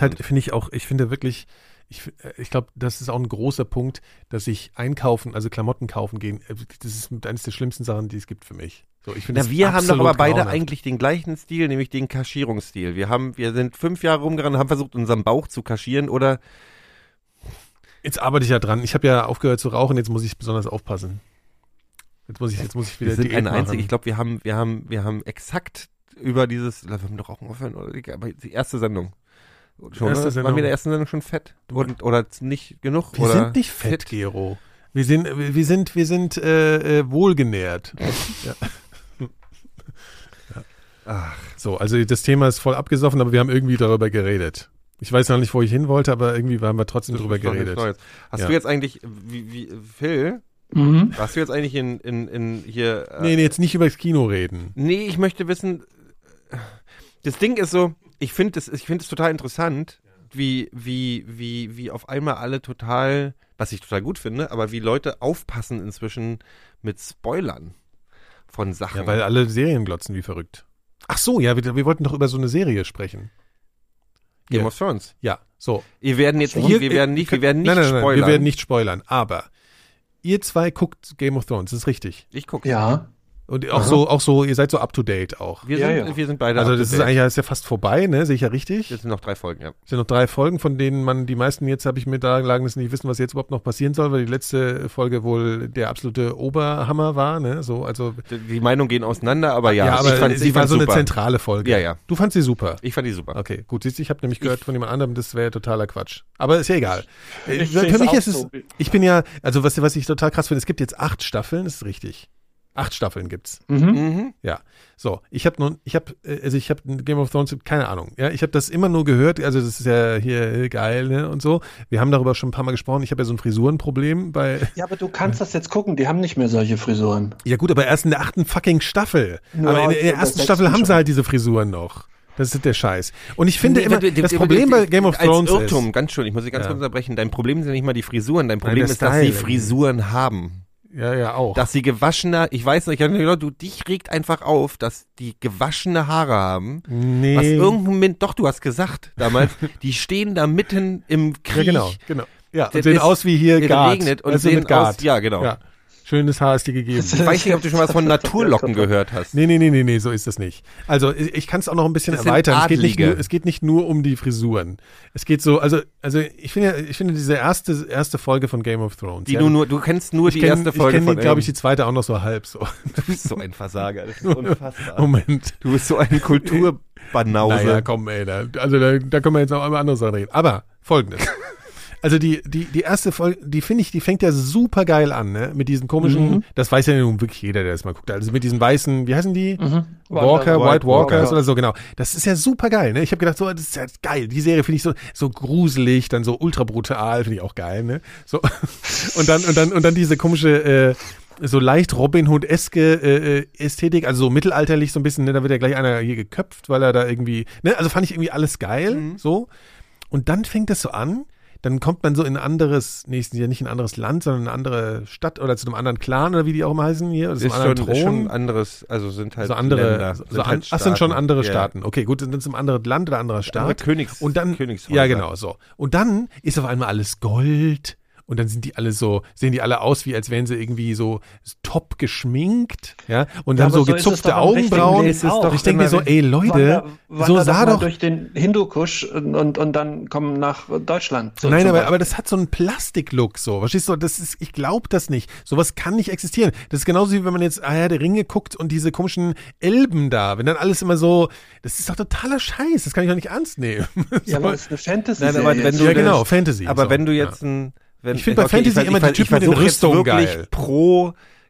ich glaube, das ist auch ein großer Punkt, dass ich also Klamotten kaufen gehen, das ist eines der schlimmsten Sachen, die es gibt für mich. So, ich finde wir haben doch aber beide eigentlich den gleichen Stil, nämlich den Kaschierungsstil. Wir sind 5 Jahre rumgerannt und haben versucht, unseren Bauch zu kaschieren oder... Jetzt arbeite ich ja dran. Ich habe ja aufgehört zu rauchen, jetzt muss ich besonders aufpassen. Jetzt muss ich wieder Diät machen. Ich glaube, wir haben exakt über dieses, wir haben doch auch aufhören, oder die erste Sendung. Schon, waren wir in der ersten Sendung schon fett? Oder nicht genug? Wir sind nicht fett, Gero. Wir sind wohlgenährt. Ja. Ach. So, also das Thema ist voll abgesoffen, aber wir haben irgendwie darüber geredet. Ich weiß noch nicht, wo ich hin wollte, aber irgendwie haben wir trotzdem darüber geredet. Hast du jetzt eigentlich, Phil... Warst du jetzt eigentlich in hier... Nee, jetzt nicht über das Kino reden. Nee, ich möchte wissen, das Ding ist so, ich finde es total interessant, wie auf einmal alle total, was ich total gut finde, aber wie Leute aufpassen inzwischen mit Spoilern von Sachen. Ja, weil alle Serien glotzen wie verrückt. Ach so, ja, wir wollten doch über so eine Serie sprechen. Game of Thrones. Ja, so. Wir werden nicht spoilern. Nein, wir werden nicht spoilern, aber ihr zwei guckt Game of Thrones, das ist richtig. Ich gucke. Ja. Und auch so, ihr seid so up to date auch. Wir sind beide also das ist eigentlich ist ja fast vorbei, ne? Sehe ich ja richtig? Es sind noch 3 Folgen, ja. Es sind noch 3 Folgen, von denen die meisten jetzt, habe ich mir da lagen, das nicht wissen, was jetzt überhaupt noch passieren soll, weil die letzte Folge wohl der absolute Oberhammer war, ne? So, also. Die Meinungen gehen auseinander, aber ja. Ja, aber sie war so super. Eine zentrale Folge. Ja. Du fandst sie super? Ich fand die super. Okay, gut. Siehst du, ich habe nämlich gehört von jemand anderem, das wäre totaler Quatsch. Aber ist ja egal. Für mich ist es, ich bin ja, also was ich total krass finde, es gibt jetzt 8 Staffeln, das ist richtig. 8 Staffeln gibt's. Ja. So, ich habe Game of Thrones, keine Ahnung. Ja, ich habe das immer nur gehört, also das ist ja hier geil, ne, und so. Wir haben darüber schon ein paar Mal gesprochen. Ich habe ja so ein Frisurenproblem bei. Ja, aber du kannst das jetzt gucken, die haben nicht mehr solche Frisuren. Ja gut, aber erst in der 8. fucking Staffel. Ja, aber in der ersten Staffel haben sie halt diese Frisuren noch. Das ist der Scheiß. Und ich finde immer, das Problem bei Game of Thrones als Irrtum, ganz schön, ich muss dich ganz kurz unterbrechen, dein Problem sind ja nicht mal die Frisuren, dein Problem ist, dass sie Frisuren haben. Ja, auch. Dass sie ich weiß nicht, dich regt einfach auf, dass die gewaschene Haare haben. Nee. Doch, du hast gesagt damals, die stehen da mitten im Krieg. Ja, genau. Ja, und sehen aus wie hier Gart. Regnet und sehen aus, ja, genau. Ja. Schönes Haar ist dir gegeben. Ich weiß nicht, ob du schon was von Naturlocken gehört hast. Nee, so ist das nicht. Also ich kann es auch noch ein bisschen erweitern. Es geht nicht nur um die Frisuren. Es geht so, also ich finde diese erste Folge von Game of Thrones. Du kennst nur die erste Folge von. Ich kenne, glaube ich, die zweite auch noch so halb so. Du bist so ein Versager, das ist unfassbar. Moment. Du bist so eine Kulturbanause. Naja, komm, ey, da können wir jetzt auch über andere Sachen reden. Aber Folgendes. Also die erste Folge, die finde ich, die fängt ja super geil an, ne? Mit diesen komischen, das weiß ja nun wirklich jeder, der das mal guckt. Also mit diesen weißen, wie heißen die? White Walkers oder so, genau. Das ist ja super geil, ne? Ich habe gedacht, so, das ist ja geil. Die Serie finde ich so gruselig, dann so ultra brutal, finde ich auch geil, ne? So. Und dann diese komische, so leicht Robin Hood-eske Ästhetik, also so mittelalterlich so ein bisschen, ne? Da wird ja gleich einer hier geköpft, weil er da irgendwie, ne? Also fand ich irgendwie alles geil, so. Und dann fängt das so an. Dann kommt man so in ein anderes, nicht in ein anderes Land, sondern in eine andere Stadt oder zu einem anderen Clan oder wie die auch immer heißen hier. Oder ist zum anderen schon ein anderes, also sind halt so andere Länder. Sind schon andere Staaten. Okay, gut, dann zum anderen Land oder anderer Staat. Und dann, ja genau, so. Und dann ist auf einmal alles Gold. Und dann sehen die alle aus, wie als wären sie irgendwie so top geschminkt, ja, und haben so gezupfte Augenbrauen. Ich denke mir so, ey Leute, so sah doch durch den Hindukusch und dann kommen nach Deutschland. Nein, aber das hat so einen Plastiklook so, verstehst du, ich glaube das nicht. Sowas kann nicht existieren. Das ist genauso wie wenn man jetzt Herr der Ringe guckt und diese komischen Elben da, wenn dann alles immer so, das ist doch totaler Scheiß, das kann ich doch nicht ernst nehmen. Ja, aber das ist eine Fantasy. Nein, aber wenn du genau, Fantasy. Aber so, wenn du jetzt ich finde bei Fantasy immer die Typen mit den Rüstungen geil. Pro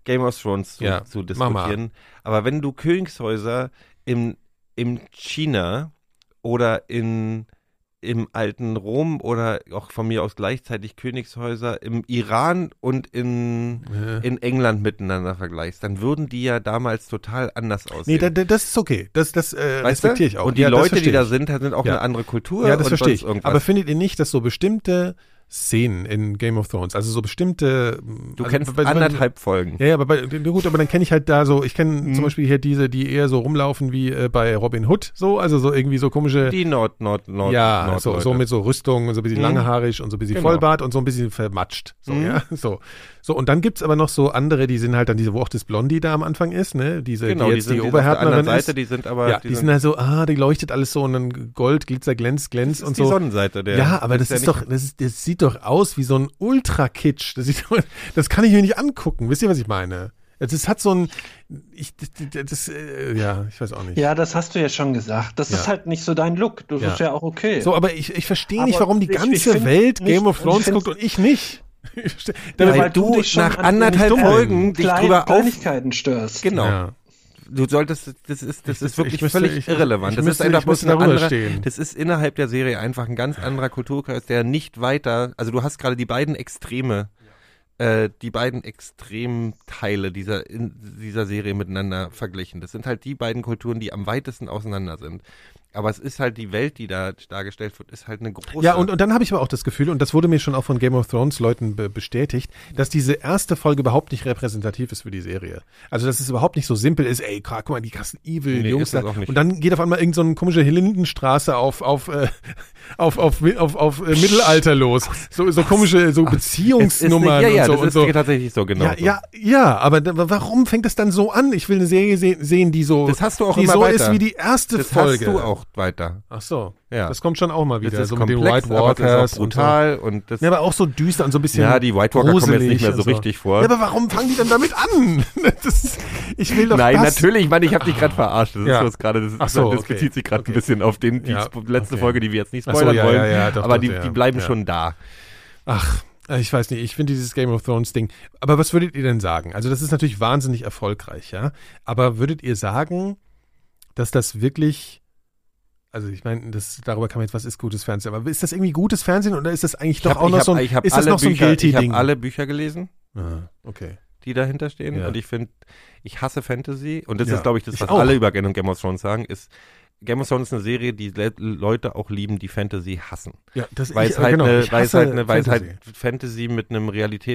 Game of Thrones zu diskutieren. Aber wenn du Königshäuser in China oder im alten Rom oder auch von mir aus gleichzeitig Königshäuser im Iran und in England miteinander vergleichst, dann würden die ja damals total anders aussehen. Nee, das ist okay. Das respektiere ich auch. Und die Leute, die da sind auch eine andere Kultur. Ja, das verstehe ich. Irgendwas. Aber findet ihr nicht, dass so bestimmte Szenen in Game of Thrones, also so bestimmte... Du kennst 1,5 Folgen. Ja, aber gut, aber dann kenne ich halt da so, ich kenne zum Beispiel hier diese, die eher so rumlaufen wie bei Robin Hood, so, also so irgendwie so komische... Die Nord. Ja, so mit so Rüstung und so ein bisschen langhaarig und so ein bisschen Vollbart und so ein bisschen vermatscht. So, ja, so. So, und dann gibt's aber noch so andere, die sind halt dann diese, wo auch das Blondie da am Anfang ist, ne, die jetzt die Oberhärtnerin ist. Die sind aber... die sind halt so, die leuchtet alles so und dann Gold, Glitzer, Glänz und so. Das ist die Sonnenseite der... Ja, aber das ist doch, das sieht doch aus wie so ein Ultra-Kitsch. Das kann ich mir nicht angucken. Wisst ihr, was ich meine? Das hat so ein, ich weiß auch nicht. Ja, das hast du ja schon gesagt. Das ist halt nicht so dein Look. Das ist ja auch okay. So, aber ich verstehe nicht, warum die ganze Welt Game of Thrones guckt und ich nicht. Weil du nach 1,5 Folgen dich drüber Kleinigkeiten störst. Genau. Ja. Du solltest, das ist wirklich völlig irrelevant. Das ist einfach bloß eine andere, das ist innerhalb der Serie einfach ein ganz anderer Kulturkreis, der nicht weiter, also du hast gerade die beiden Extremteile dieser Serie miteinander verglichen. Das sind halt die beiden Kulturen, die am weitesten auseinander sind. Aber es ist halt die Welt, die da dargestellt wird, ist halt eine große... Ja, und dann habe ich aber auch das Gefühl, und das wurde mir schon auch von Game of Thrones Leuten bestätigt, dass diese erste Folge überhaupt nicht repräsentativ ist für die Serie. Also, dass es überhaupt nicht so simpel ist, ey, guck mal, die krassen Evil-Jungs da. Und dann geht auf einmal irgend so eine komische Lindenstraße auf Mittelalter los. So komische, so Beziehungsnummern und so. Das ist tatsächlich so, genau. Ja, aber warum fängt das dann so an? Ich will eine Serie sehen, die so, das hast du auch die immer so weiter. Ist wie die erste Folge. Das hast du auch weiter. Ach so. Ja. Das kommt schon auch mal wieder. Das ist so komplex, mit den White Walkers aber brutal und das. Ja, aber auch so düster und so ein bisschen. Ja, die White Walker kommen jetzt nicht mehr so richtig vor. Ja, aber warum fangen die denn damit an? Ich will doch natürlich, ich meine, ich habe dich gerade verarscht. Das ist was gerade, das bezieht sich gerade ein bisschen auf die letzte Folge, die wir jetzt nicht spoilern wollen. Aber die bleiben schon da. Ach. Ich weiß nicht, ich finde dieses Game of Thrones Ding. Aber was würdet ihr denn sagen? Also das ist natürlich wahnsinnig erfolgreich, ja. Aber würdet ihr sagen, dass das wirklich, also ich meine, darüber kann man jetzt, was ist gutes Fernsehen? Aber ist das irgendwie gutes Fernsehen oder ist das eigentlich so ein Guilty-Ding? Ich habe alle Bücher gelesen, okay, die dahinter stehen. Ja. Und ich hasse Fantasy. Und das ist, glaube ich, das, was alle über Game of Thrones sagen, ist, Game of Thrones ist eine Serie, die Leute auch lieben, die Fantasy hassen. Ja, weil es halt Fantasy mit einem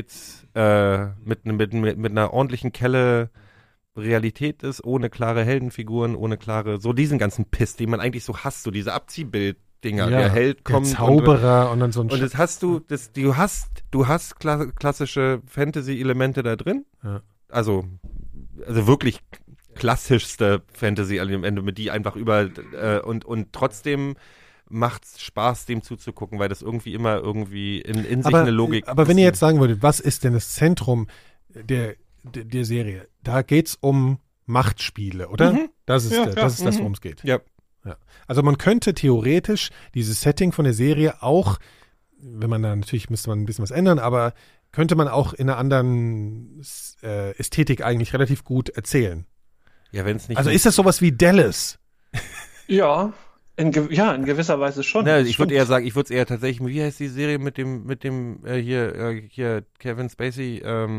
mit einer ordentlichen Kelle Realität ist, ohne klare Heldenfiguren, ohne klare, so diesen ganzen Piss, den man eigentlich so hasst, so diese Abziehbild-Dinger, der Held kommt. Der Zauberer und dann so ein Und das hast du, du hast klassische Fantasy-Elemente da drin. Ja. Also wirklich klassischste Fantasy-Elemente, mit die einfach und trotzdem macht's Spaß, dem zuzugucken, weil das irgendwie immer in sich eine Logik. Aber wenn ihr jetzt sagen würdet, was ist denn das Zentrum der Serie? Da geht's um Machtspiele, oder? Das ist das, worum es geht. Ja. Also man könnte theoretisch dieses Setting von der Serie auch, wenn man da natürlich müsste man ein bisschen was ändern, aber könnte man auch in einer anderen Ästhetik eigentlich relativ gut erzählen. Ja, wenn es nicht. Also ist das sowas wie Dallas? Ja, in gewisser Weise schon. Ja, ich würde eher sagen, ich würde es eher tatsächlich, wie heißt die Serie mit dem hier Kevin Spacey?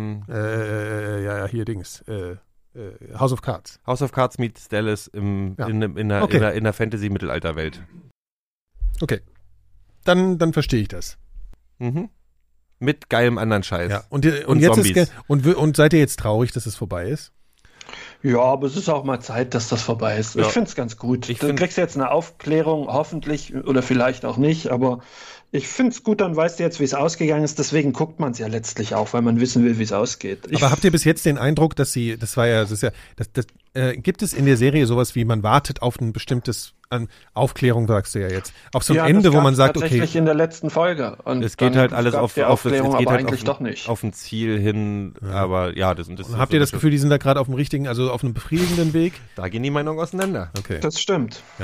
Hier Dings. House of Cards. House of Cards meets Dallas in der Fantasy-Mittelalterwelt. Okay. Dann verstehe ich das. Mhm. Mit geilem anderen Scheiß. Ja. Und jetzt Zombies. Und seid ihr jetzt traurig, dass es vorbei ist? Ja, aber es ist auch mal Zeit, dass das vorbei ist. Ja. Ich finde es ganz gut. Du kriegst jetzt eine Aufklärung, hoffentlich, oder vielleicht auch nicht, aber ich finde es gut, dann weißt du jetzt, wie es ausgegangen ist. Deswegen guckt man es ja letztlich auch, weil man wissen will, wie es ausgeht. Aber habt ihr bis jetzt den Eindruck, dass gibt es in der Serie sowas wie, man wartet auf ein bestimmtes Aufklärung, sagst du ja jetzt, auf so ein Ende, wo man sagt, okay. Tatsächlich in der letzten Folge. Und es geht halt alles auf ein Ziel hin, aber ja, das und habt ihr das Gefühl, die sind da gerade auf dem richtigen, also auf einem befriedigenden Weg? Da gehen die Meinungen auseinander. Okay. Das stimmt. Ja.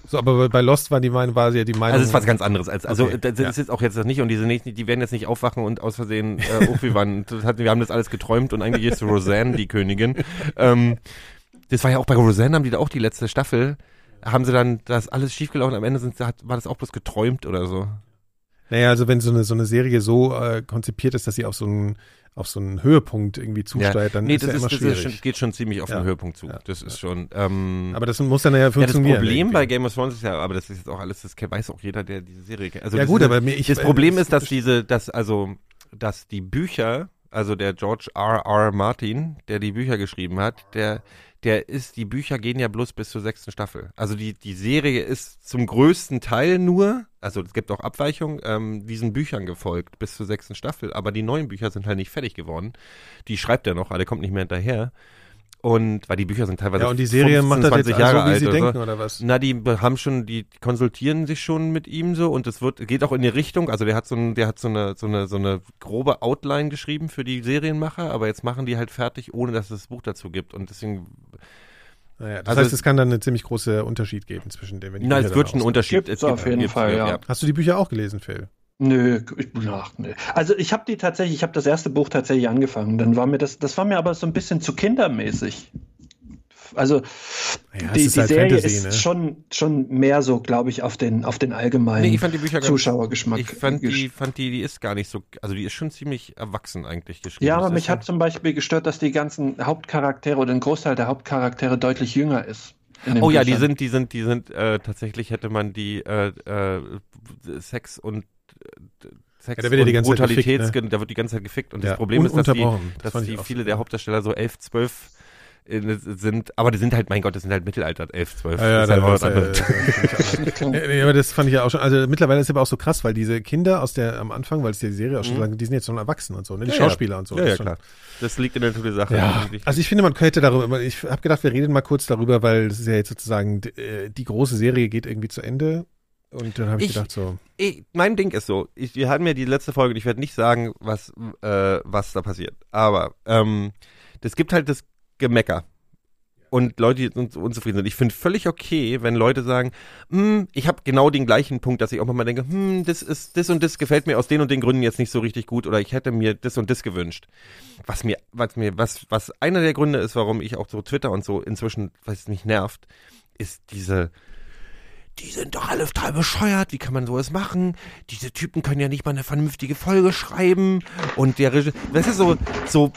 So, aber bei Lost war ja die Meinung. Also es ist was ganz anderes das ist jetzt auch jetzt nicht und die werden jetzt nicht aufwachen und aus Versehen, wir haben das alles geträumt und eigentlich ist Roseanne die Königin. Das war ja auch bei Roseanne, haben die da auch die letzte Staffel, haben sie dann das alles schiefgelaufen, am Ende war das auch bloß geträumt oder so. Naja, also wenn so eine Serie so konzipiert ist, dass sie auf so einen Höhepunkt irgendwie zusteuert, dann ist es immer schwierig. Das geht schon ziemlich auf den Höhepunkt zu. Das ist schon. Aber das muss dann ja funktionieren. Das Problem bei Game of Thrones ist ja, aber das ist jetzt auch alles, das weiß auch jeder, der diese Serie kennt. Also ja gut, aber das Problem ist, dass die Bücher, also der George R.R. Martin, der die Bücher geschrieben hat, die Bücher gehen ja bloß bis zur 6. Staffel. Also die Serie ist zum größten Teil nur, also es gibt auch Abweichungen, diesen Büchern gefolgt bis zur 6. Staffel, aber die neuen Bücher sind halt nicht fertig geworden. Die schreibt er noch, aber der kommt nicht mehr hinterher. Und weil die Bücher sind teilweise 15, und die Serie macht das jetzt Jahre so, wie alt sie denken, so. Oder was? Na, die konsultieren sich schon mit ihm so und geht auch in die Richtung, also der hat so eine grobe Outline geschrieben für die Serienmacher, aber jetzt machen die halt fertig, ohne dass es das Buch dazu gibt und deswegen. Naja, das heißt, es kann dann einen ziemlich großen Unterschied geben zwischen dem, wenn die Bücher. Na, es wird schon einen Unterschied. Es auf jeden Fall, ja. Hast du die Bücher auch gelesen, Phil? Nö. Also ich habe das erste Buch tatsächlich angefangen. Dann war mir das war mir aber so ein bisschen zu kindermäßig. Also die Serie Fantasy, ist schon mehr so, glaube ich, auf den allgemeinen ich fand die Bücher Zuschauergeschmack. Ich fand die ist gar nicht so, also die ist schon ziemlich erwachsen eigentlich geschrieben. Ja, aber mich hat zum Beispiel gestört, dass die ganzen Hauptcharaktere oder ein Großteil der Hauptcharaktere deutlich jünger ist. Oh ja, die sind tatsächlich hätte man die Sex und da wird ja die ganze Zeit gefickt, ne? Da wird die ganze Zeit gefickt und das Problem ist, dass viele der Hauptdarsteller so 11, 12 sind, aber die sind halt, mein Gott, das sind halt Mittelalter, 11, 12. Aber das fand ich ja auch schon, also mittlerweile ist es aber auch so krass, weil diese Kinder am Anfang, weil es die Serie auch schon sagen, die sind jetzt schon erwachsen und so, ne? Die Schauspieler und so. Ja, klar. Das liegt in der Natur der Sache. Ja. Also ich finde, man könnte darüber, ich habe gedacht, wir reden mal kurz darüber, weil das ist ja jetzt sozusagen, die große Serie geht irgendwie zu Ende. Und dann habe ich gedacht so. Mein Ding ist so, wir hatten ja die letzte Folge und ich werde nicht sagen, was da passiert. Aber das gibt halt das Gemecker. Und Leute, die unzufrieden sind. Ich finde völlig okay, wenn Leute sagen, ich habe genau den gleichen Punkt, dass ich auch mal denke, das und das gefällt mir aus den und den Gründen jetzt nicht so richtig gut oder ich hätte mir das und das gewünscht. Was einer der Gründe ist, warum ich auch so Twitter und so inzwischen, was es mich nervt, ist die sind doch alle total bescheuert, wie kann man sowas machen? Diese Typen können ja nicht mal eine vernünftige Folge schreiben und der Regisseur, das ist so.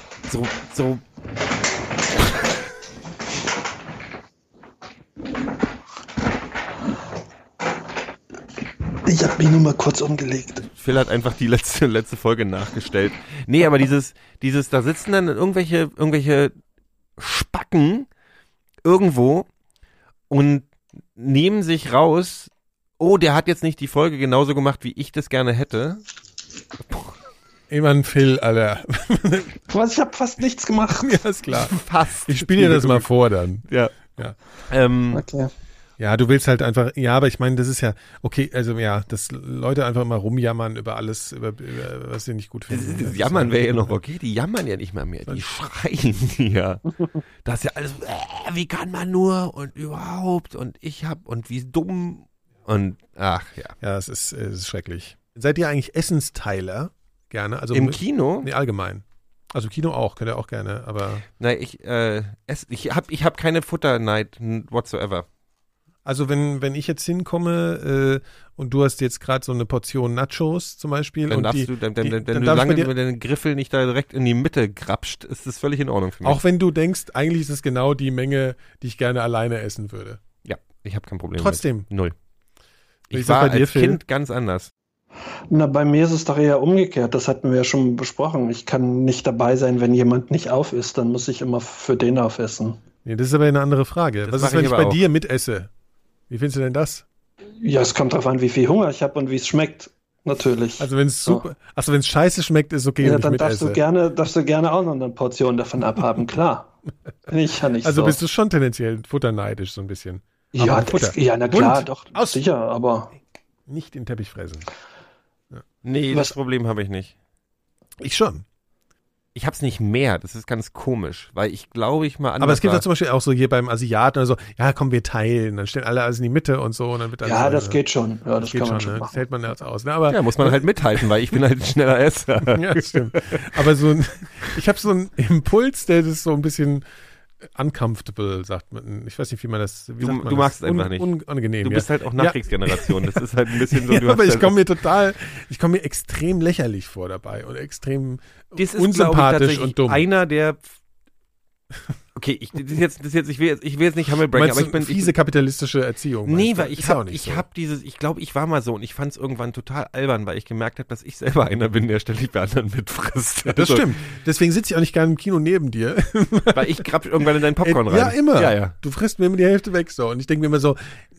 Ich habe mich nur mal kurz umgelegt. Phil hat einfach die letzte Folge nachgestellt. Nee, aber dieses, da sitzen dann irgendwelche Spacken irgendwo und nehmen sich raus, der hat jetzt nicht die Folge genauso gemacht, wie ich das gerne hätte. Immer ein Phil, Alter. Was? Ich habe fast nichts gemacht. Ja, ist klar. Fast. Ich spiele dir das mal vor dann. Ja. Okay. Ja, du willst halt einfach, ja, aber ich meine, das ist ja, okay, also ja, dass Leute einfach immer rumjammern über alles, über was sie nicht gut finden. Das Jammern wäre ja noch okay, die jammern ja nicht mal mehr, die schreien ja. Das ist ja alles, wie kann man nur und überhaupt und und wie dumm und ach ja. Ja, es ist schrecklich. Seid ihr eigentlich Essensteiler? Gerne? Also im Kino? Nee, allgemein. Also Kino auch, könnt ihr auch gerne, aber. Nein, ich hab keine Futterneid whatsoever. Also wenn ich jetzt hinkomme und du hast jetzt gerade so eine Portion Nachos zum Beispiel. Dann darfst du, wenn du lange mit deinen Griffel nicht da direkt in die Mitte grapscht, ist das völlig in Ordnung für mich. Auch wenn du denkst, eigentlich ist es genau die Menge, die ich gerne alleine essen würde. Ja, ich habe kein Problem Trotzdem. Mit. Null. Ich war bei dir, als Kind ganz anders. Na, bei mir ist es doch eher umgekehrt. Das hatten wir ja schon besprochen. Ich kann nicht dabei sein, wenn jemand nicht auf ist. Dann muss ich immer für den aufessen. Nee, das ist aber eine andere Frage. Das Was ist, wenn ich bei dir mitesse? Wie findest du denn das? Ja, es kommt drauf an, wie viel Hunger ich habe und wie es schmeckt, natürlich. Also wenn es super, wenn es scheiße schmeckt, ist okay, ja, wenn ich dann mitesse. darfst du gerne auch noch eine Portion davon abhaben, klar. Bin ich ja nicht also so. Bist du schon tendenziell futterneidisch so ein bisschen. Ja, na klar, doch, sicher, aber nicht den Teppich fressen. Ja. Nee, das Problem habe ich nicht. Ich schon. Ich hab's nicht mehr, das ist ganz komisch, weil ich glaube, ich mal anders. Aber es gibt ja zum Beispiel auch so hier beim Asiaten oder so, ja, komm, wir teilen, dann stellen alle alles in die Mitte und so. Und dann wird dann ja, das geht schon. Ja, das kann man schon machen. machen. Das hält man jetzt aus. Ne? Aber, ja, muss man halt mithalten, weil ich bin halt ein schneller Esser. Ja, das stimmt. Aber ich habe so einen Impuls, der ist so ein bisschen uncomfortable, sagt man. Ich weiß nicht, wie man das. Du magst es einfach nicht. Unangenehm. Du bist halt auch Nachkriegsgeneration. Das ist halt ein bisschen so. Ja, aber ich komme mir extrem lächerlich vor dabei und extrem unsympathisch und dumm. Einer der. Okay, ich will jetzt nicht Hammelbreaking, aber ich bin fiese kapitalistische Erziehung. Nee, weil ich glaube, ich war mal so und ich fand es irgendwann total albern, weil ich gemerkt habe, dass ich selber einer bin, der ständig bei anderen mitfrisst. Ja, das stimmt. Deswegen sitze ich auch nicht gerne im Kino neben dir. Weil ich grab irgendwann in deinen Popcorn rein. Ja, immer. Ja. Du frisst mir immer die Hälfte weg so und ich denke mir immer so,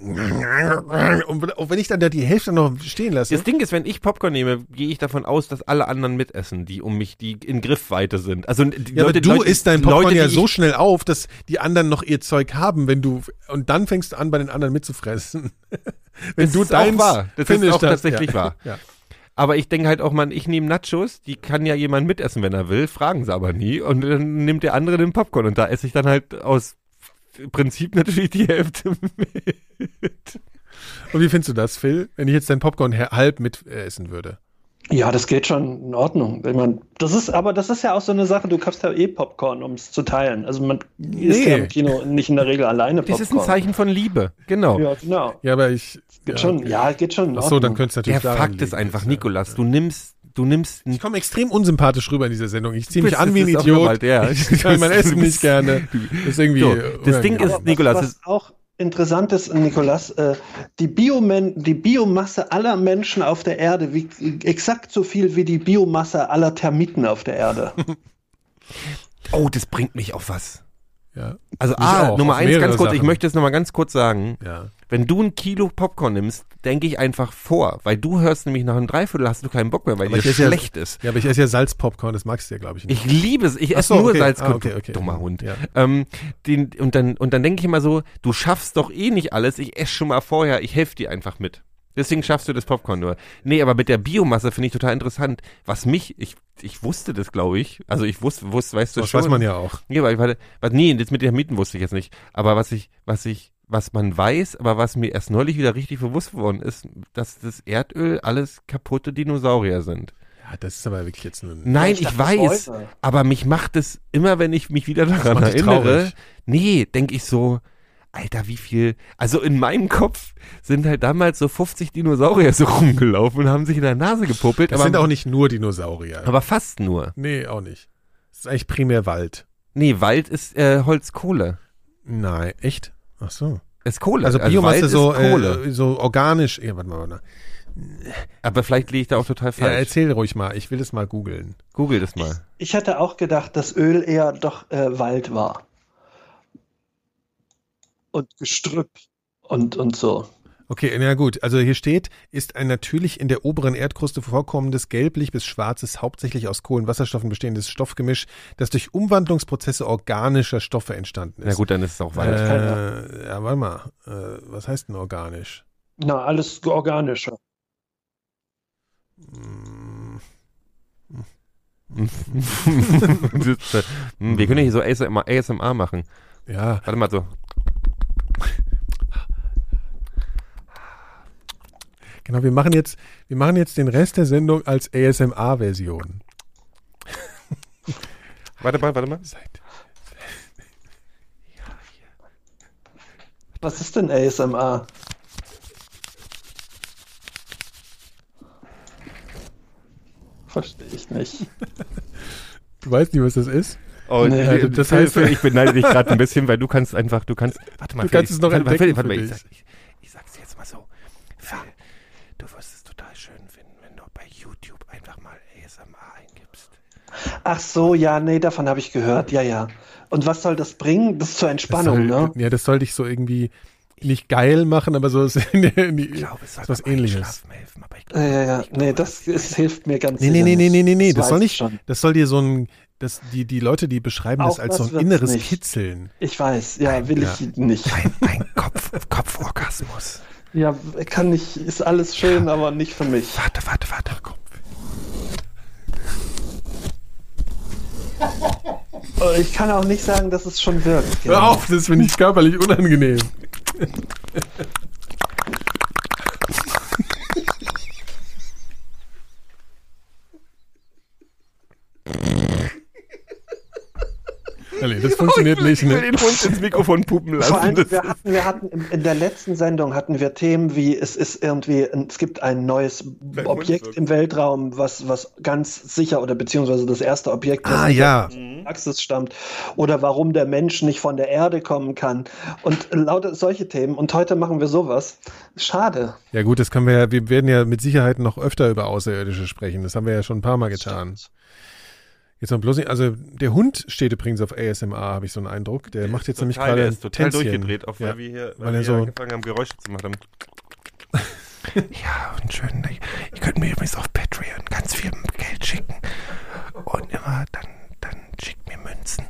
und auch wenn ich dann da die Hälfte noch stehen lasse. Das Ding ist, wenn ich Popcorn nehme, gehe ich davon aus, dass alle anderen mitessen, die die in Griffweite sind. Also die Leute, du isst dein Popcorn ja so schnell auf, dass die anderen noch ihr Zeug haben, und dann fängst du an, bei den anderen mitzufressen. Das ist auch tatsächlich wahr. Ja. Aber ich denke halt auch, ich nehme Nachos, die kann ja jemand mitessen, wenn er will, fragen sie aber nie. Und dann nimmt der andere den Popcorn und da esse ich dann halt aus Prinzip natürlich die Hälfte mit. Und wie findest du das, Phil, wenn ich jetzt dein Popcorn halb mit essen würde? Ja, das geht schon in Ordnung. Ich meine, das ist ja auch so eine Sache, du kaufst ja Popcorn, um es zu teilen. Also man isst ja im Kino nicht in der Regel alleine Popcorn. Das ist ein Zeichen von Liebe, genau. Ja, genau. Ja, aber geht schon in Ordnung. Achso, dann könntest du natürlich der Fakt ist einfach, Nikolas, du nimmst ich komme extrem unsympathisch rüber in dieser Sendung. Ich ziehe mich an wie ein Idiot. Ich kann mein Essen nicht gerne. Das ist irgendwie das Ding ist, Nikolas, was auch interessant ist, Nikolas, die Biomasse aller Menschen auf der Erde wiegt exakt so viel wie die Biomasse aller Termiten auf der Erde. Oh, das bringt mich auf was. Ja. Also Nummer 1, ganz kurz, ich möchte es nochmal ganz kurz sagen. Ja. Wenn du 1 Kilo Popcorn nimmst, denke ich einfach vor, weil du hörst nämlich nach einem Dreiviertel hast du keinen Bock mehr, weil es schlecht ist. Ja, aber ich esse ja Salzpopcorn, das magst du ja, glaube ich, nicht. Ich liebe es, ich esse nur Salzpopcorn. Okay. Dummer Hund. Ja. Und dann denke ich immer so, du schaffst doch eh nicht alles, ich esse schon mal vorher, ich helfe dir einfach mit. Deswegen schaffst du das Popcorn nur. Nee, aber mit der Biomasse finde ich total interessant. Was ich wusste das, glaube ich. Also ich wusste, weißt du das schon. Das weiß man ja auch. Ja, aber das mit den Termiten wusste ich jetzt nicht. Aber was man weiß, aber was mir erst neulich wieder richtig bewusst geworden ist, dass das Erdöl alles kaputte Dinosaurier sind. Ja, das ist aber wirklich jetzt ein... Nein, ich weiß, aber mich macht es immer, wenn ich mich wieder daran erinnere, denke ich so, Alter, wie viel, also in meinem Kopf sind halt damals so 50 Dinosaurier so rumgelaufen und haben sich in der Nase gepuppelt. Das sind auch nicht nur Dinosaurier. Aber fast nur. Nee, auch nicht. Das ist eigentlich primär Wald. Nee, Wald ist Holzkohle. Nein, echt? Ach so. Ist Kohle. Also Biomasse Wald so, ist Kohle. So organisch. Ja, warte. Aber vielleicht liege ich da auch total falsch. Ja, erzähl ruhig mal. Ich will das mal googeln. Google das mal. Ich hatte auch gedacht, dass Öl eher doch Wald war. Und Gestrüpp und so. Okay, na gut. Also hier steht, ist ein natürlich in der oberen Erdkruste vorkommendes, gelblich bis schwarzes, hauptsächlich aus Kohlenwasserstoffen bestehendes Stoffgemisch, das durch Umwandlungsprozesse organischer Stoffe entstanden ist. Na gut, dann ist es auch Wald. Ja, warte mal. Was heißt denn organisch? Na, alles organischer. Wir können hier so ASMR machen. Ja. Warte mal so. Genau, wir machen jetzt den Rest der Sendung als ASMR-Version. Warte mal. Was ist denn ASMR? Verstehe ich nicht. Du weißt nicht, was das ist? Oh, nee, das heißt, ich beneide dich gerade ein bisschen, weil du kannst, warte mal. Du kannst es noch entdecken. Warte mal, ich sag's dir jetzt mal so. Phil, du wirst es total schön finden, wenn du bei YouTube einfach mal ASMR eingibst. Ach so, ja, nee, davon habe ich gehört, ja. Und was soll das bringen? Das ist zur Entspannung, ne? Ja, das soll dich so irgendwie nicht geil machen, aber so ist ich glaube, es soll was Ähnliches. Helfen, aber ich glaube, nee, das hilft mir ganz sicher. Nee, das soll nicht, schon. Das soll dir so ein, die Leute, die beschreiben auch das als so ein inneres Kitzeln. Ich weiß, ich nicht. Ein Kopforgasmus. Ja, kann nicht, ist alles schön, aber nicht für mich. Warte, komm. Ich kann auch nicht sagen, dass es schon wirkt. Hör auf, das finde ich körperlich unangenehm. Nee, das funktioniert nicht. Ich will den Hund ins Mikrofon pupen lassen. Vor allem, wir hatten in der letzten Sendung hatten wir Themen wie es gibt ein neues Objekt im Weltraum, was ganz sicher oder beziehungsweise das erste Objekt, das aus der Galaxis stammt, oder warum der Mensch nicht von der Erde kommen kann und lauter solche Themen. Und heute machen wir sowas. Schade. Ja gut, das können wir werden ja mit Sicherheit noch öfter über Außerirdische sprechen. Das haben wir ja schon ein paar Mal getan. Jetzt noch bloß nicht, also der Hund steht übrigens auf ASMR, habe ich so einen Eindruck. Der macht jetzt nämlich gerade ein total Tänzchen. Durchgedreht, auch weil wir hier so angefangen haben, Geräusche zu machen. Ja, und schön, ihr könnt mir übrigens auf Patreon ganz viel Geld schicken. Und immer, dann schickt mir Münzen.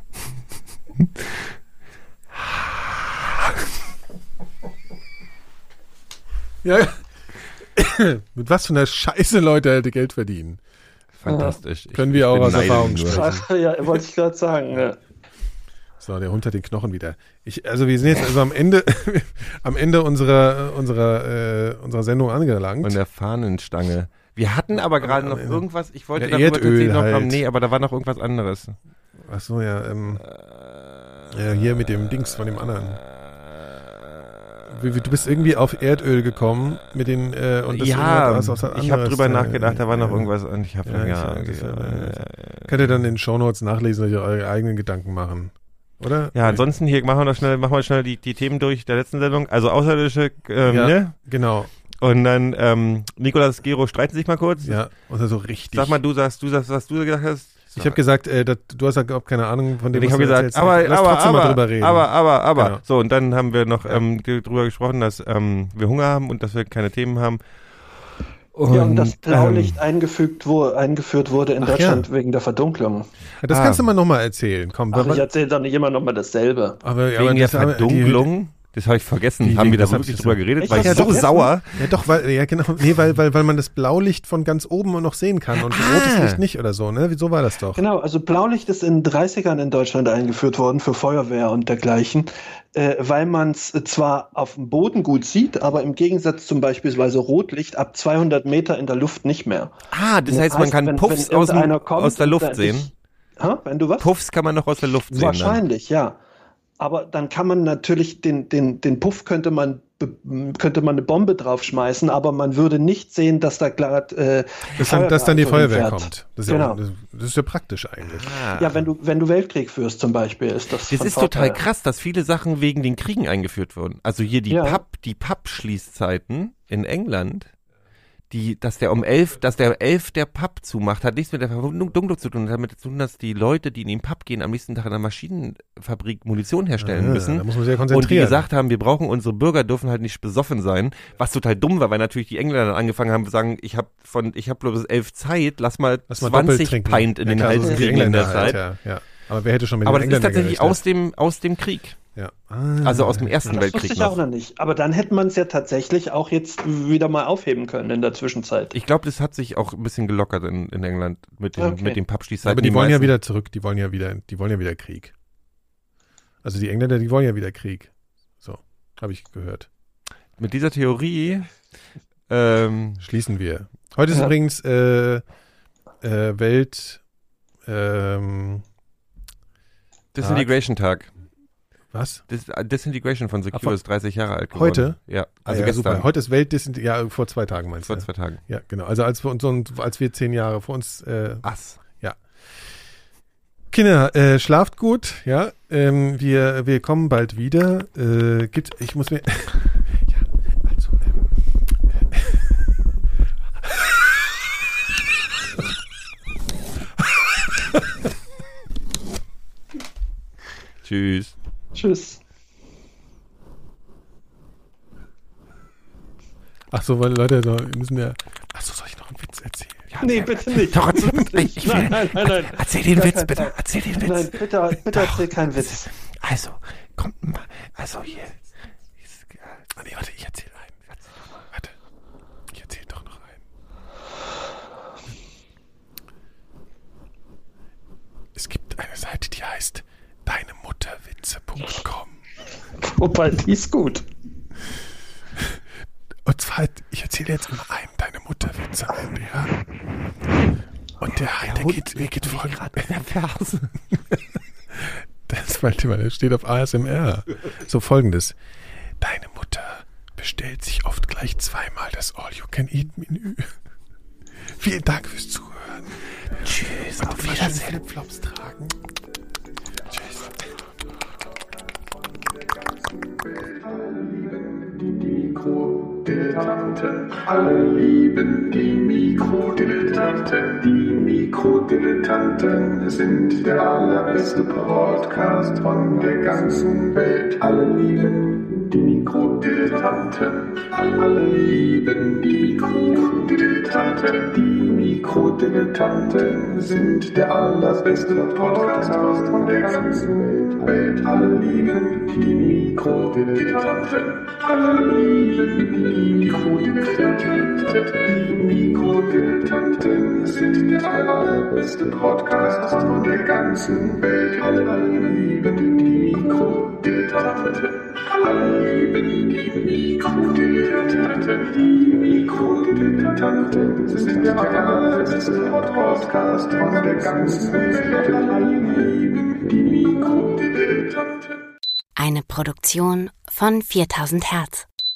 Ja, mit was für einer Scheiße Leute halt Geld verdienen. Fantastisch. Können wir auch aus Erfahrung sprechen. Ja, wollte ich gerade sagen. Ja. So, der Hund hat den Knochen wieder. Also wir sind jetzt also am Ende unserer Sendung angelangt. Von der Fahnenstange. Wir hatten aber gerade noch irgendwas, ich wollte darüber tatsächlich noch haben, nee, aber da war noch irgendwas anderes. Ach so, ja, hier mit dem Dings von dem anderen. Du bist irgendwie auf Erdöl gekommen mit den und das ich habe drüber nachgedacht, da war noch irgendwas und ich habe könnt ihr dann in den Shownotes nachlesen und eure eigenen Gedanken machen, oder? Ja, ansonsten hier machen wir schnell die Themen durch der letzten Sendung, also Außerirdische, ne? Genau. Und dann Nicolas Gero streiten sich mal kurz. Ja, und so richtig. Sag mal, du sagst, was du gesagt hast. Ich habe gesagt, du hast ja überhaupt keine Ahnung von dem, was du erzählst. Lass trotzdem mal drüber reden. Aber. Genau. So, und dann haben wir noch drüber gesprochen, dass wir Hunger haben und dass wir keine Themen haben. Und das Blaulicht eingeführt wurde in Deutschland wegen der Verdunklung. Ja, das kannst du mal nochmal erzählen. Komm, ich erzähle doch nicht immer nochmal dasselbe. Wegen der Verdunklung? Das habe ich vergessen. Haben wir da wirklich drüber geredet? War ich so sauer? Ja doch, weil man das Blaulicht von ganz oben noch sehen kann und rotes Licht nicht oder so, ne? Wieso war das doch? Genau, also Blaulicht ist in den 30ern in Deutschland eingeführt worden für Feuerwehr und dergleichen, weil man es zwar auf dem Boden gut sieht, aber im Gegensatz zum beispielsweise Rotlicht ab 200 Meter in der Luft nicht mehr. Das heißt, man kann Puffs aus der Luft sehen? Wenn du was? Puffs kann man noch aus der Luft sehen. Wahrscheinlich, ja. Aber dann kann man natürlich den Puff könnte man eine Bombe draufschmeißen, aber man würde nicht sehen, dass da gerade dass dann die Feuerwehr kommt. Das ist ja praktisch eigentlich. Ja, wenn du Weltkrieg führst zum Beispiel, ist das. Das ist total krass, dass viele Sachen wegen den Kriegen eingeführt wurden. Also hier die Pub-Schließzeiten in England. Dass der 11 der Pub zumacht, hat nichts mit der Verdunklung zu tun, hat damit zu tun, dass die Leute, die in den Pub gehen, am nächsten Tag in der Maschinenfabrik Munition herstellen müssen. Da muss man sich ja konzentrieren. Und die gesagt haben, unsere Bürger dürfen halt nicht besoffen sein, was total dumm war, weil natürlich die Engländer dann angefangen haben zu sagen, ich hab bloß 11 Zeit, lass mal 20 Pint in den Hals kriegen in der Zeit. Ja. Aber wer hätte schon mit den Engländern das ist tatsächlich aus dem Krieg. Ja. Also aus dem Ersten Weltkrieg. Das wusste ich auch noch nicht. Aber dann hätte man es ja tatsächlich auch jetzt wieder mal aufheben können in der Zwischenzeit. Ich glaube, das hat sich auch ein bisschen gelockert in England mit dem Pub-Schließzeiten. Aber die wollen ja wieder zurück. Die wollen ja wieder Krieg. Also die Engländer, die wollen ja wieder Krieg. So, habe ich gehört. Mit dieser Theorie schließen wir. Heute ist übrigens Welt Disintegration-Tag. Was? Disintegration von Secure ist 30 Jahre alt geworden. Heute? Ja. Also gestern. Super. Heute ist Weltdisintegration, vor 2 Tagen meinst du? Vor 2 Tagen. Ja, genau. Also als wir 10 Jahre vor uns... Ja. Kinder, schlaft gut, ja. Wir kommen bald wieder. Ich muss mir... ja, also... Tschüss. Tschüss. Achso, weil Leute, müssen wir... Achso, soll ich noch einen Witz erzählen? Ja, nee, bitte nicht. Doch, nein. Erzähl den Witz, bitte. Erzähl den Witz. Nein, bitte erzähl keinen Witz. Also, kommt mal. Also hier. Nee, warte, ich erzähl einen. Warte. Ich erzähl doch noch einen. Es gibt eine Seite, die heißt heißt deinemutterwitze.com. Wobei, die ist gut. Und zwar, ich erzähle jetzt immer einem deine Mutterwitze ein, ja. Und der geht voll gerade in der Ferse. Das meinte man, der steht auf ASMR. So folgendes. Deine Mutter bestellt sich oft gleich zweimal das All-You-Can-Eat-Menü. Vielen Dank fürs Zuhören. Tschüss, auf Wiedersehen. Flipflops tragen. Tschüss. Mikrodilettanten, alle lieben die Mikrodilettanten. Die Mikrodilettanten sind der allerbeste Podcast von der ganzen Welt. Alle lieben die Mikrodilettanten, alle lieben die Mikrodilettanten. Die Mikrodilettanten sind der allerbeste Podcast von der ganzen Welt. Alle lieben die Mikrodilettanten, alle lieben die Mikrodilettanten. Die Mikrodilettanten sind der allerbeste Podcast von der ganzen Welt. Alle lieben die Mikrodilettanten, alle lieben die Mikrodilettanten. Die Mikrodilettanten sind der allerbeste Podcast von der ganzen Welt. Alle lieben die Mikrodilettanten. Eine Produktion von 4000 Hertz.